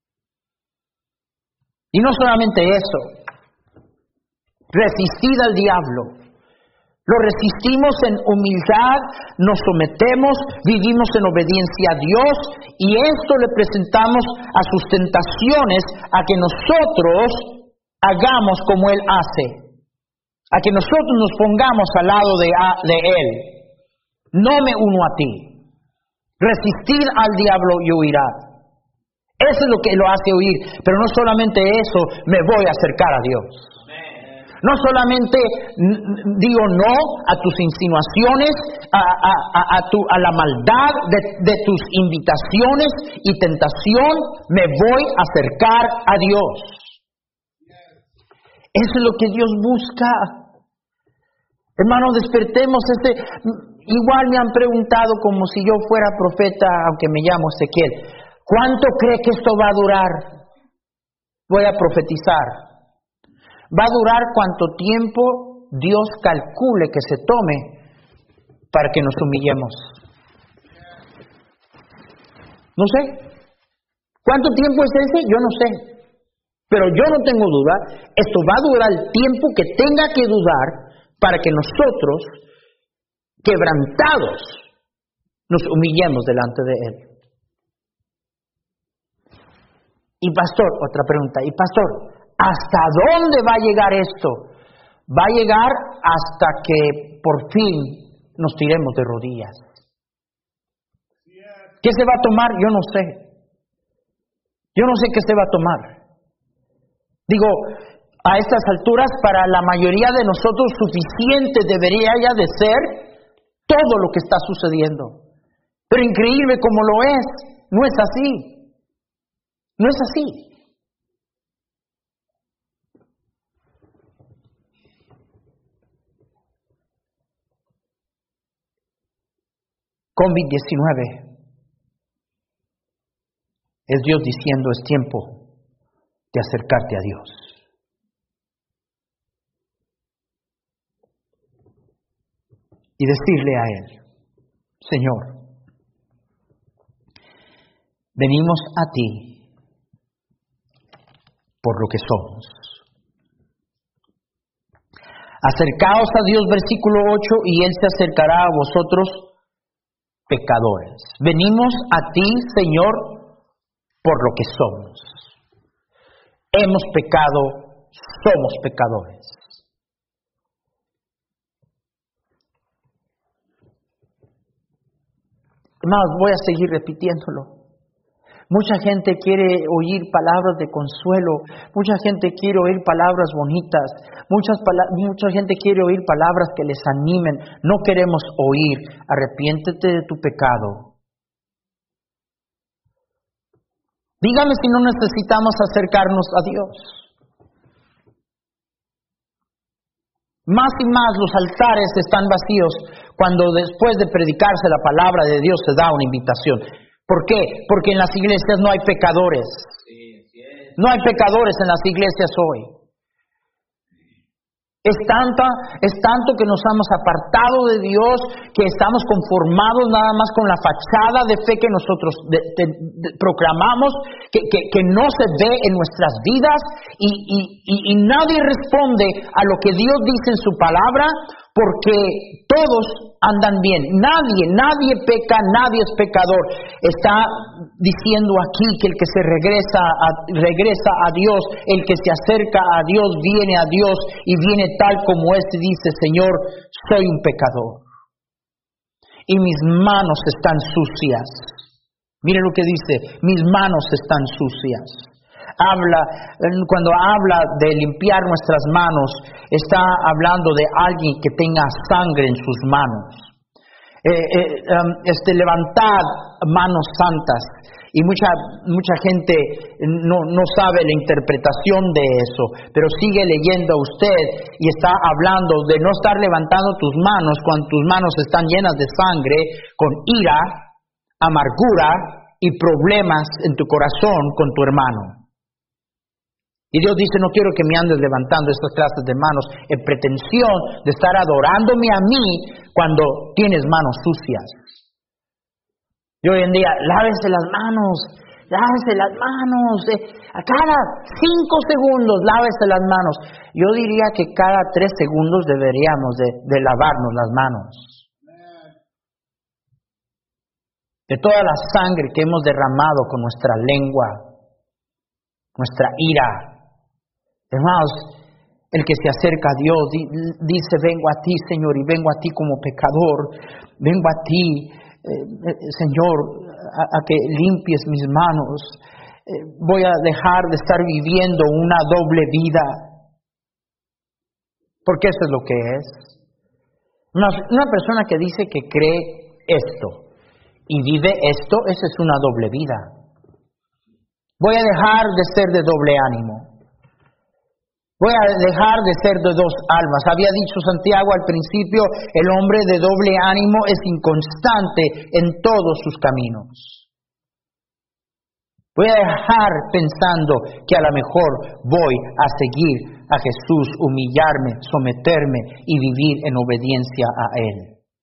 Y no solamente eso, resistid al diablo. Lo resistimos en humildad, nos sometemos, vivimos en obediencia a Dios, y esto le presentamos a sus tentaciones, a que nosotros hagamos como Él hace, a que nosotros nos pongamos al lado de, de Él. No me uno a ti. Resistid al diablo y huirá. Eso es lo que lo hace huir. Pero no solamente eso, me voy a acercar a Dios. No solamente digo no a tus insinuaciones, a, a, a, a, tu, a la maldad de, de tus invitaciones y tentación, me voy a acercar a Dios. Eso es lo que Dios busca. Hermanos, despertemos este. Igual me han preguntado como si yo fuera profeta, aunque me llamo Ezequiel. ¿Cuánto cree que esto va a durar? Voy a profetizar. Va a durar cuanto tiempo Dios calcule que se tome para que nos humillemos. No sé. ¿Cuánto tiempo es ese? Yo no sé. Pero yo no tengo duda, esto va a durar el tiempo que tenga que durar para que nosotros, quebrantados, nos humillemos delante de Él. Y pastor, otra pregunta, y pastor, ¿hasta dónde va a llegar esto? Va a llegar hasta que por fin nos tiremos de rodillas. ¿Qué se va a tomar? Yo no sé. Yo no sé qué se va a tomar. Digo, a estas alturas, para la mayoría de nosotros, suficiente debería ya de ser todo lo que está sucediendo. Pero increíble como lo es, no es así. No es así. COVID diecinueve es Dios diciendo, es tiempo de acercarte a Dios. Y decirle a Él, Señor, venimos a ti por lo que somos. Acercaos a Dios, versículo ocho, y Él se acercará a vosotros, pecadores. Venimos a ti, Señor, por lo que somos. Hemos pecado, somos pecadores. Hermanos, voy a seguir repitiéndolo. Mucha gente quiere oír palabras de consuelo, mucha gente quiere oír palabras bonitas, muchas pala- mucha gente quiere oír palabras que les animen. No queremos oír, arrepiéntete de tu pecado. Dígame si no necesitamos acercarnos a Dios. Más y más los altares están vacíos cuando después de predicarse la palabra de Dios se da una invitación. ¿Por qué? Porque en las iglesias no hay pecadores. No hay pecadores en las iglesias hoy. Es, tanta, es tanto que nos hemos apartado de Dios, que estamos conformados nada más con la fachada de fe que nosotros de, de, de, proclamamos, que, que, que no se ve en nuestras vidas, y, y, y, y nadie responde a lo que Dios dice en su palabra, porque todos andan bien. Nadie, nadie peca, nadie es pecador. Está diciendo aquí que el que se regresa a, regresa a Dios, el que se acerca a Dios, viene a Dios y viene tal como este dice: Señor, soy un pecador y mis manos están sucias. Mire lo que dice: mis manos están sucias. Habla, cuando habla de limpiar nuestras manos, está hablando de alguien que tenga sangre en sus manos. Eh, eh, um, este, levantad manos santas. Y mucha, mucha gente no, no sabe la interpretación de eso, pero sigue leyendo usted y está hablando de no estar levantando tus manos cuando tus manos están llenas de sangre, con ira, amargura y problemas en tu corazón con tu hermano. Y Dios dice: no quiero que me andes levantando estas clases de manos en pretensión de estar adorándome a mí cuando tienes manos sucias. Y hoy en día, lávese las manos, lávese las manos, eh, a cada cinco segundos lávese las manos. Yo diría que cada tres segundos deberíamos de, de lavarnos las manos. De toda la sangre que hemos derramado con nuestra lengua, nuestra ira. Hermanos, el que se acerca a Dios dice: vengo a ti, Señor, y vengo a ti como pecador. Vengo a ti, eh, Señor, a, a que limpies mis manos. Eh, voy a dejar de estar viviendo una doble vida. Porque eso es lo que es. Una, una persona que dice que cree esto y vive esto, esa es una doble vida. Voy a dejar de ser de doble ánimo. Voy a dejar de ser de dos almas. Había dicho Santiago al principio: el hombre de doble ánimo es inconstante en todos sus caminos. Voy a dejar pensando que a lo mejor voy a seguir a Jesús, humillarme, someterme y vivir en obediencia a Él.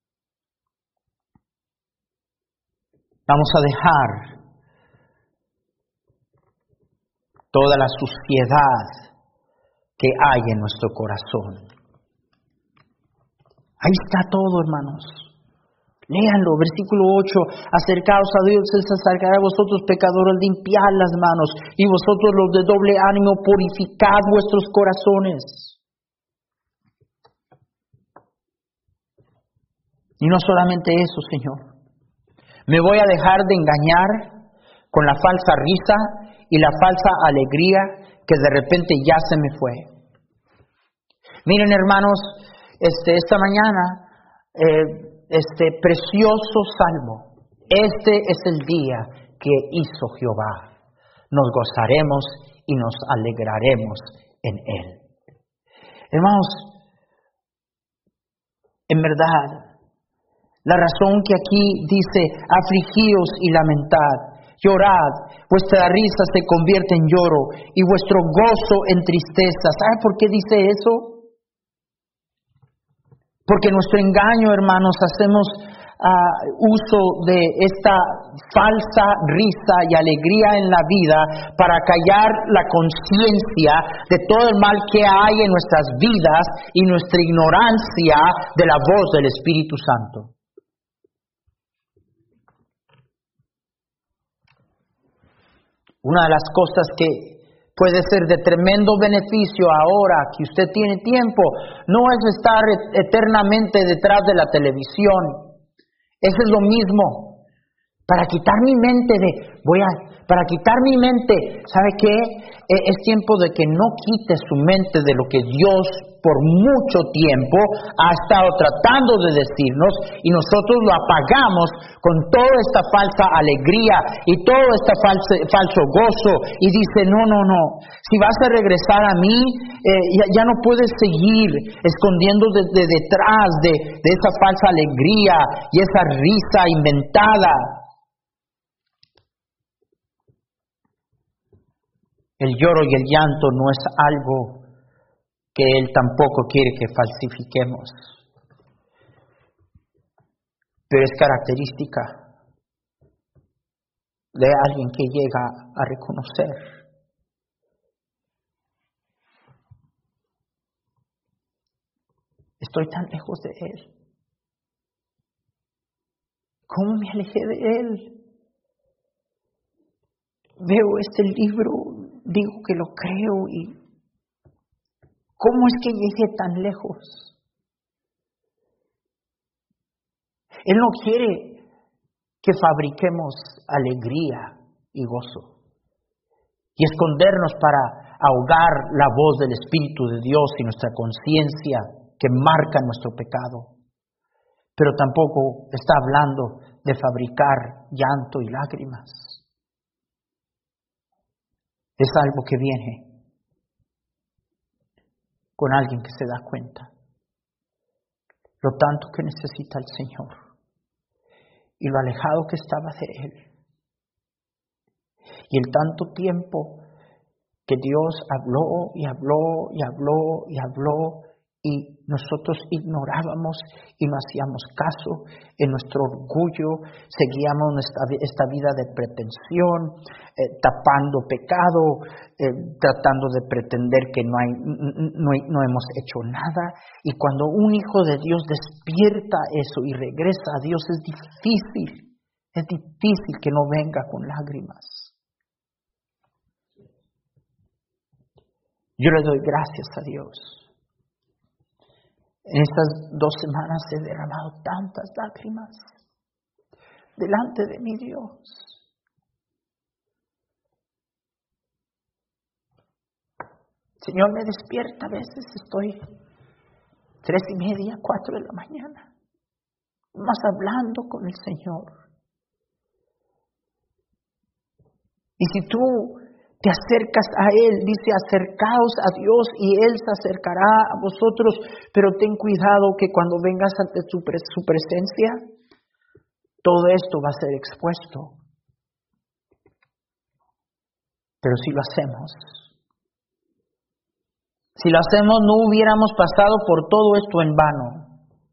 Vamos a dejar toda la suciedad que hay en nuestro corazón. Ahí está todo, hermanos. Léanlo, versículo ocho: acercaos a Dios, Él se acercará a vosotros pecadores, limpiad las manos, y vosotros los de doble ánimo, purificad vuestros corazones. Y no solamente eso, Señor. Me voy a dejar de engañar con la falsa risa y la falsa alegría que de repente ya se me fue. Miren, hermanos, este, esta mañana, eh, este precioso salmo: este es el día que hizo Jehová, nos gozaremos y nos alegraremos en él. Hermanos, en verdad, la razón que aquí dice: afligíos y lamentad, llorad, vuestra risa se convierte en lloro y vuestro gozo en tristeza. ¿Sabe por qué dice eso? Porque nuestro engaño, hermanos, hacemos uh, uso de esta falsa risa y alegría en la vida para callar la conciencia de todo el mal que hay en nuestras vidas y nuestra ignorancia de la voz del Espíritu Santo. Una de las cosas que puede ser de tremendo beneficio ahora que usted tiene tiempo no es estar eternamente detrás de la televisión. Eso es lo mismo. Para quitar mi mente de, voy a, para quitar mi mente, ¿sabe qué? Eh, es tiempo de que no quite su mente de lo que Dios por mucho tiempo ha estado tratando de decirnos y nosotros lo apagamos con toda esta falsa alegría y todo este falso, falso gozo y dice, no, no, no, si vas a regresar a mí, eh, ya, ya no puedes seguir escondiendo de, de detrás de, de esa falsa alegría y esa risa inventada. El lloro y el llanto no es algo que Él tampoco quiere que falsifiquemos, pero es característica de alguien que llega a reconocer. Estoy tan lejos de Él. ¿Cómo me alejé de Él? Veo este libro, digo que lo creo y ¿cómo es que llegué tan lejos? Él no quiere que fabriquemos alegría y gozo y escondernos para ahogar la voz del Espíritu de Dios y nuestra conciencia que marca nuestro pecado. Pero tampoco está hablando de fabricar llanto y lágrimas. Es algo que viene con alguien que se da cuenta lo tanto que necesita el Señor y lo alejado que estaba de Él y el tanto tiempo que Dios habló y habló y habló y habló y nosotros ignorábamos y no hacíamos caso. En nuestro orgullo seguíamos esta, esta vida de pretensión, eh, tapando pecado, eh, tratando de pretender que no, hay, no, no hemos hecho nada. Y cuando un hijo de Dios despierta eso y regresa a Dios, es difícil, es difícil que no venga con lágrimas. Yo le doy gracias a Dios. En estas dos semanas he derramado tantas lágrimas delante de mi Dios. Señor, me despierta, a veces estoy tres y media, cuatro de la mañana, más hablando con el Señor. Y si tú te acercas a Él, dice, acercaos a Dios y Él se acercará a vosotros, pero ten cuidado que cuando vengas ante su, pres- su presencia, todo esto va a ser expuesto. Pero si lo hacemos, si lo hacemos no hubiéramos pasado por todo esto en vano.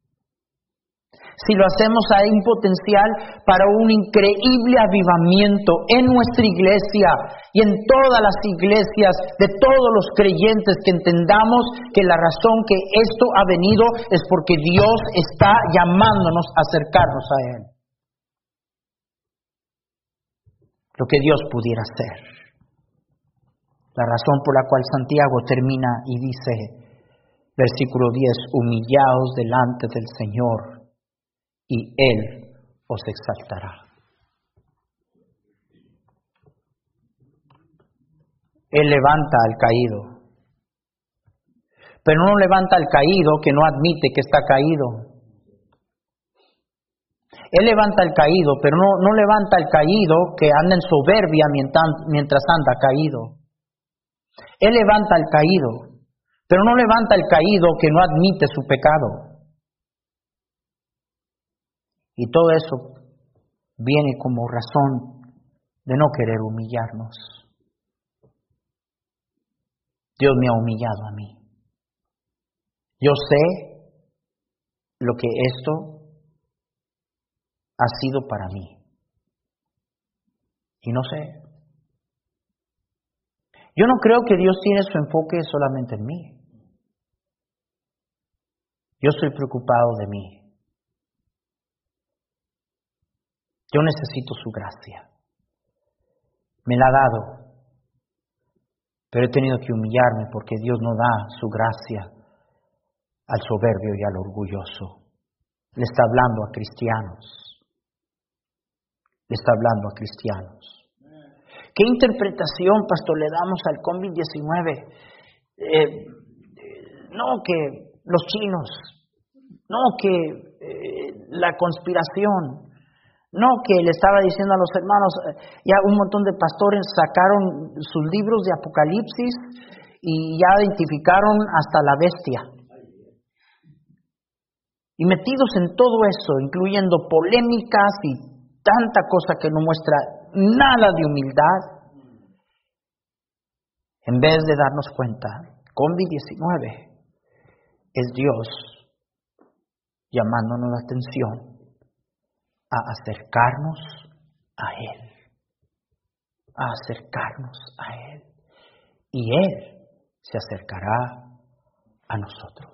Si lo hacemos hay un potencial para un increíble avivamiento en nuestra iglesia y en todas las iglesias de todos los creyentes, que entendamos que la razón que esto ha venido es porque Dios está llamándonos a acercarnos a Él. Lo que Dios pudiera hacer. La razón por la cual Santiago termina y dice, versículo diez, humillaos delante del Señor y Él os exaltará. Él levanta al caído, pero no levanta al caído que no admite que está caído. Él levanta al caído, pero no, no levanta al caído que anda en soberbia mientras, mientras anda caído. Él levanta al caído, pero no levanta al caído que no admite su pecado. Y todo eso viene como razón de no querer humillarnos. Dios me ha humillado a mí. Yo sé lo que esto ha sido para mí. Y no sé. Yo no creo que Dios tiene su enfoque solamente en mí. Yo estoy preocupado de mí. Yo necesito su gracia. Me la ha dado. Pero he tenido que humillarme porque Dios no da su gracia al soberbio y al orgulloso. Le está hablando a cristianos. le está hablando a cristianos. ¿Qué interpretación, pastor, le damos al COVID diecinueve? Eh, no que los chinos, no que eh, la conspiración, no que le estaba diciendo a los hermanos, eh, ya un montón de pastores sacaron sus libros de Apocalipsis y ya identificaron hasta la bestia. Y metidos en todo eso, incluyendo polémicas y tanta cosa que no muestra nada de humildad, en vez de darnos cuenta, COVID diecinueve es Dios llamándonos la atención a acercarnos a Él, a acercarnos a Él, y Él se acercará a nosotros.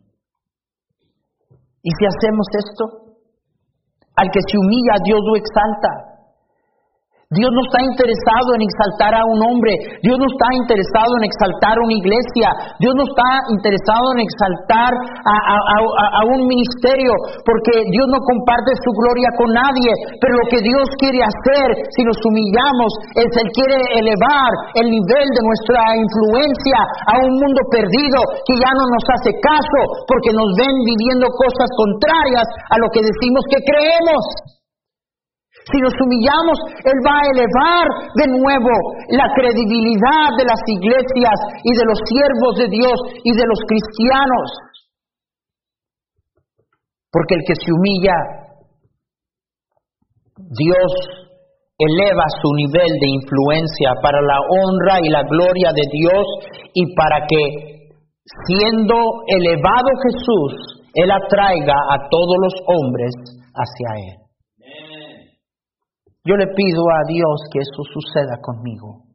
Y si hacemos esto, al que se humilla, Dios lo exalta. Dios no está interesado en exaltar a un hombre. Dios no está interesado en exaltar a una iglesia. Dios no está interesado en exaltar a, a, a, a un ministerio, porque Dios no comparte su gloria con nadie. Pero lo que Dios quiere hacer, si nos humillamos, es Él quiere elevar el nivel de nuestra influencia a un mundo perdido que ya no nos hace caso, porque nos ven viviendo cosas contrarias a lo que decimos que creemos. Si nos humillamos, Él va a elevar de nuevo la credibilidad de las iglesias y de los siervos de Dios y de los cristianos. Porque el que se humilla, Dios eleva su nivel de influencia para la honra y la gloria de Dios, y para que, siendo elevado Jesús, Él atraiga a todos los hombres hacia Él. Yo le pido a Dios que eso suceda conmigo.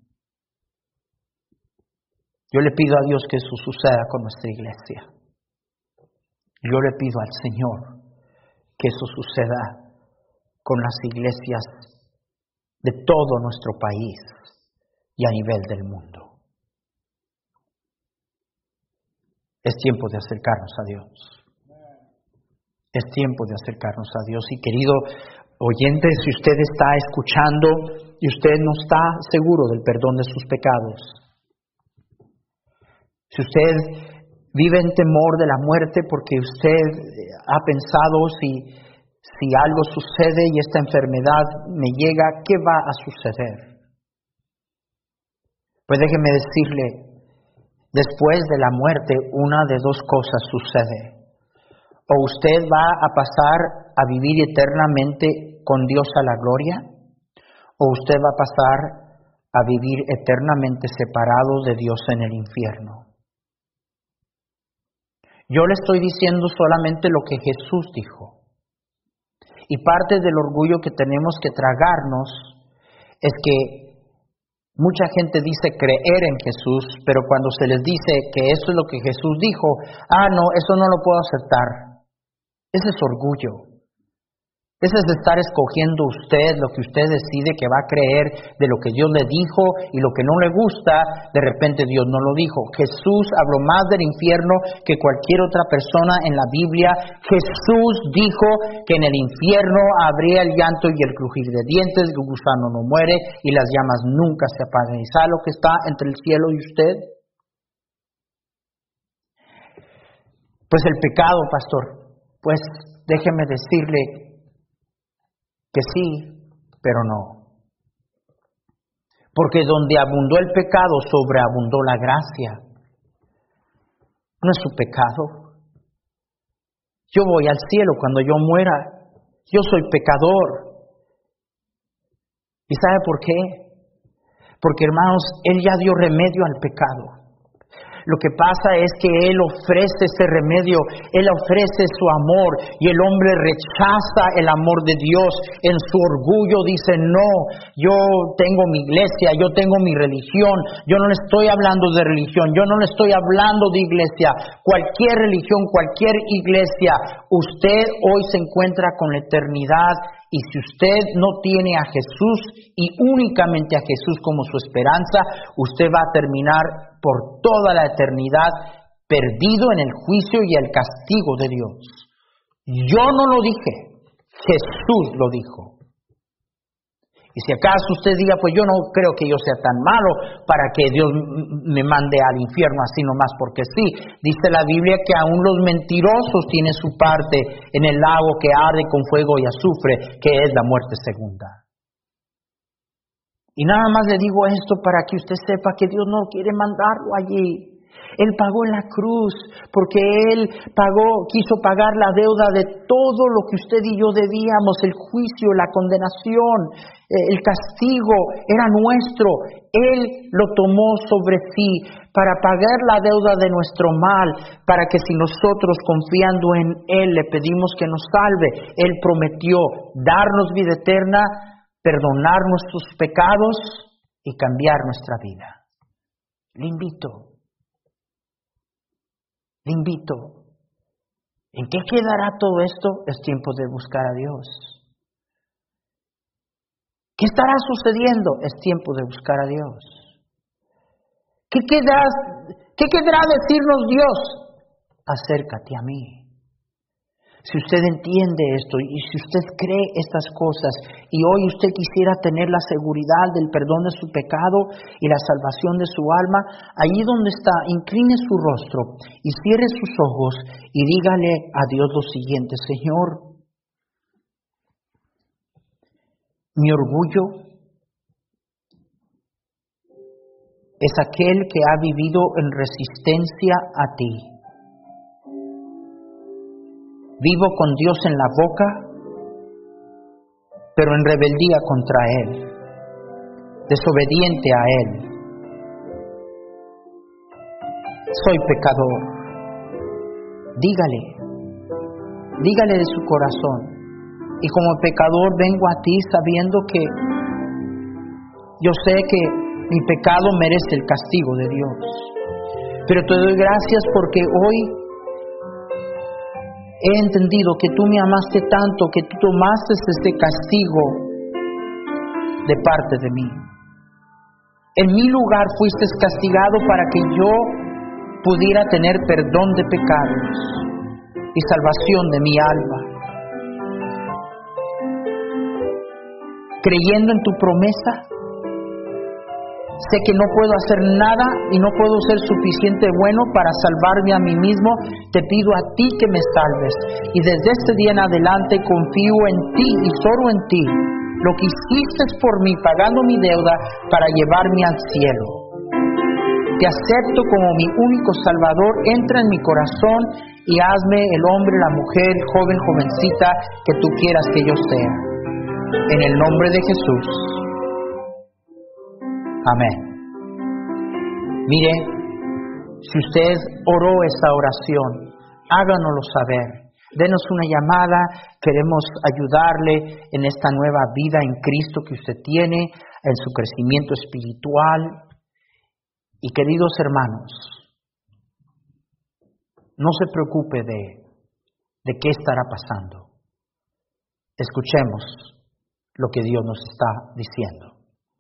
Yo le pido a Dios que eso suceda con nuestra iglesia. Yo le pido al Señor que eso suceda con las iglesias de todo nuestro país y a nivel del mundo. Es tiempo de acercarnos a Dios. Es tiempo de acercarnos a Dios. Y querido oyente, si usted está escuchando y usted no está seguro del perdón de sus pecados, si usted vive en temor de la muerte porque usted ha pensado, si, si algo sucede y esta enfermedad me llega, ¿qué va a suceder? Pues déjeme decirle, después de la muerte, una de dos cosas sucede. O usted va a pasar a vivir eternamente con Dios a la gloria, o usted va a pasar a vivir eternamente separado de Dios en el infierno. Yo le estoy diciendo solamente lo que Jesús dijo. Y parte del orgullo que tenemos que tragarnos es que mucha gente dice creer en Jesús, pero cuando se les dice que eso es lo que Jesús dijo, ah, no, eso no lo puedo aceptar. Ese es orgullo. Ese es estar escogiendo usted lo que usted decide que va a creer de lo que Dios le dijo, y lo que no le gusta, de repente Dios no lo dijo. Jesús habló más del infierno que cualquier otra persona en la Biblia. Jesús dijo que en el infierno habría el llanto y el crujir de dientes, que el gusano no muere y las llamas nunca se apagan. ¿Y sabe lo que está entre el cielo y usted? Pues el pecado, pastor. Pues déjeme decirle que sí, pero no. Porque donde abundó el pecado, sobreabundó la gracia. No es su pecado. Yo voy al cielo cuando yo muera. Yo soy pecador. ¿Y sabe por qué? Porque, hermanos, Él ya dio remedio al pecado. Lo que pasa es que Él ofrece ese remedio, Él ofrece su amor, y el hombre rechaza el amor de Dios. En su orgullo dice, no, yo tengo mi iglesia, yo tengo mi religión. Yo no le estoy hablando de religión, yo no le estoy hablando de iglesia. Cualquier religión, cualquier iglesia, usted hoy se encuentra con la eternidad. Y si usted no tiene a Jesús y únicamente a Jesús como su esperanza, usted va a terminar por toda la eternidad perdido en el juicio y el castigo de Dios. Yo no lo dije, Jesús lo dijo. Y si acaso usted diga, pues yo no creo que yo sea tan malo para que Dios me mande al infierno así nomás porque sí. Dice la Biblia que aún los mentirosos tienen su parte en el lago que arde con fuego y azufre, que es la muerte segunda. Y nada más le digo esto para que usted sepa que Dios no quiere mandarlo allí. Él pagó en la cruz porque Él pagó, quiso pagar la deuda de todo lo que usted y yo debíamos, el juicio, la condenación, el castigo era nuestro. Él lo tomó sobre sí para pagar la deuda de nuestro mal, para que si nosotros confiando en Él le pedimos que nos salve, Él prometió darnos vida eterna, perdonar nuestros pecados y cambiar nuestra vida. Le invito. Le invito. ¿En qué quedará todo esto? Es tiempo de buscar a Dios. ¿Qué estará sucediendo? Es tiempo de buscar a Dios. ¿Qué quedará, qué quedará decirnos Dios? Acércate a mí. Si usted entiende esto y si usted cree estas cosas y hoy usted quisiera tener la seguridad del perdón de su pecado y la salvación de su alma, allí donde está, incline su rostro y cierre sus ojos y dígale a Dios lo siguiente: Señor, mi orgullo es aquel que ha vivido en resistencia a ti. Vivo con Dios en la boca, pero en rebeldía contra Él, desobediente a Él. Soy pecador. Dígale, dígale de su corazón. Y como pecador vengo a ti sabiendo que yo sé que mi pecado merece el castigo de Dios. Pero te doy gracias porque hoy he entendido que tú me amaste tanto que tú tomaste este castigo de parte de mí. En mi lugar fuiste castigado para que yo pudiera tener perdón de pecados y salvación de mi alma. Creyendo en tu promesa, sé que no puedo hacer nada y no puedo ser suficiente bueno para salvarme a mí mismo. Te pido a ti que me salves. Y desde este día en adelante confío en ti y solo en ti. Lo que hiciste por mí, pagando mi deuda para llevarme al cielo. Te acepto como mi único Salvador. Entra en mi corazón y hazme el hombre, la mujer, joven, jovencita que tú quieras que yo sea. En el nombre de Jesús. Amén. Mire, si usted oró esa oración, háganoslo saber. Denos una llamada, queremos ayudarle en esta nueva vida en Cristo que usted tiene, en su crecimiento espiritual. Y queridos hermanos, no se preocupe de, de qué estará pasando. Escuchemos lo que Dios nos está diciendo.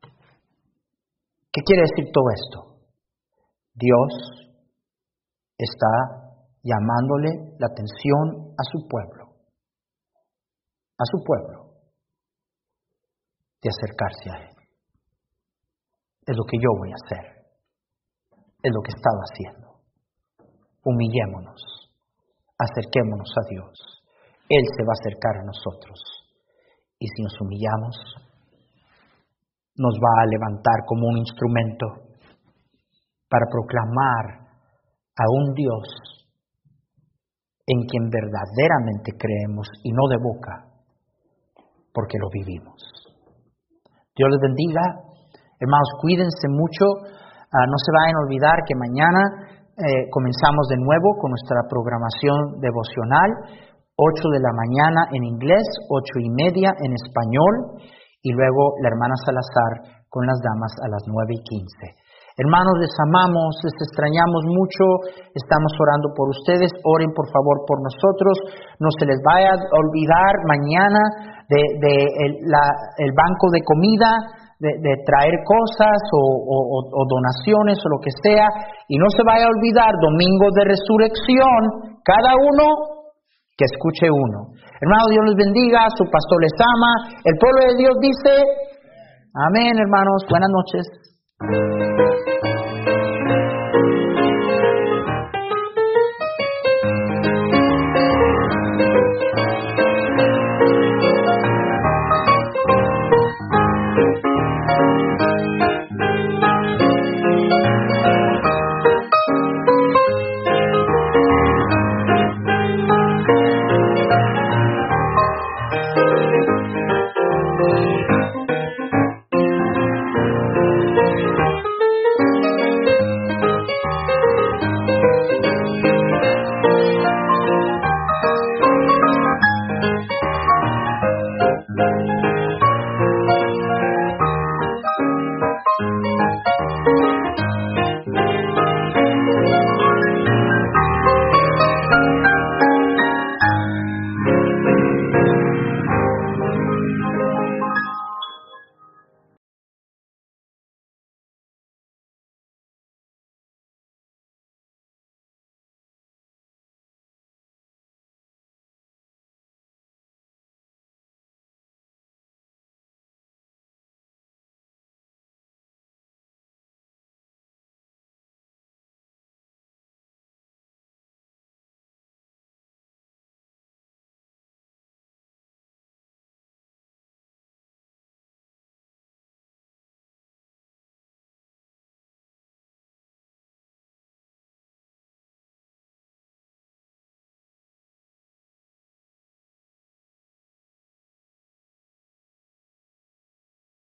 ¿Qué quiere decir todo esto? Dios está llamándole la atención a su pueblo, a su pueblo, de acercarse a Él. Es lo que yo voy a hacer, es lo que estaba haciendo. Humillémonos, acerquémonos a Dios. Él se va a acercar a nosotros. Y si nos humillamos, nos va a levantar como un instrumento para proclamar a un Dios en quien verdaderamente creemos y no de boca, porque lo vivimos. Dios les bendiga. Hermanos, cuídense mucho. Uh, no se vayan a olvidar que mañana eh, comenzamos de nuevo con nuestra programación devocional. ocho de la mañana en inglés, ocho y media en español. Y luego la hermana Salazar con las damas a las nueve y quince. Hermanos, les amamos, les extrañamos mucho, estamos orando por ustedes, oren por favor por nosotros, no se les vaya a olvidar mañana de, de el, la, el banco de comida, de, de traer cosas o, o, o donaciones o lo que sea, y no se vaya a olvidar, domingo de resurrección, cada uno que escuche uno. Hermanos, Dios les bendiga, su pastor les ama, el pueblo de Dios dice... Amén, hermanos. Buenas noches. Thank you.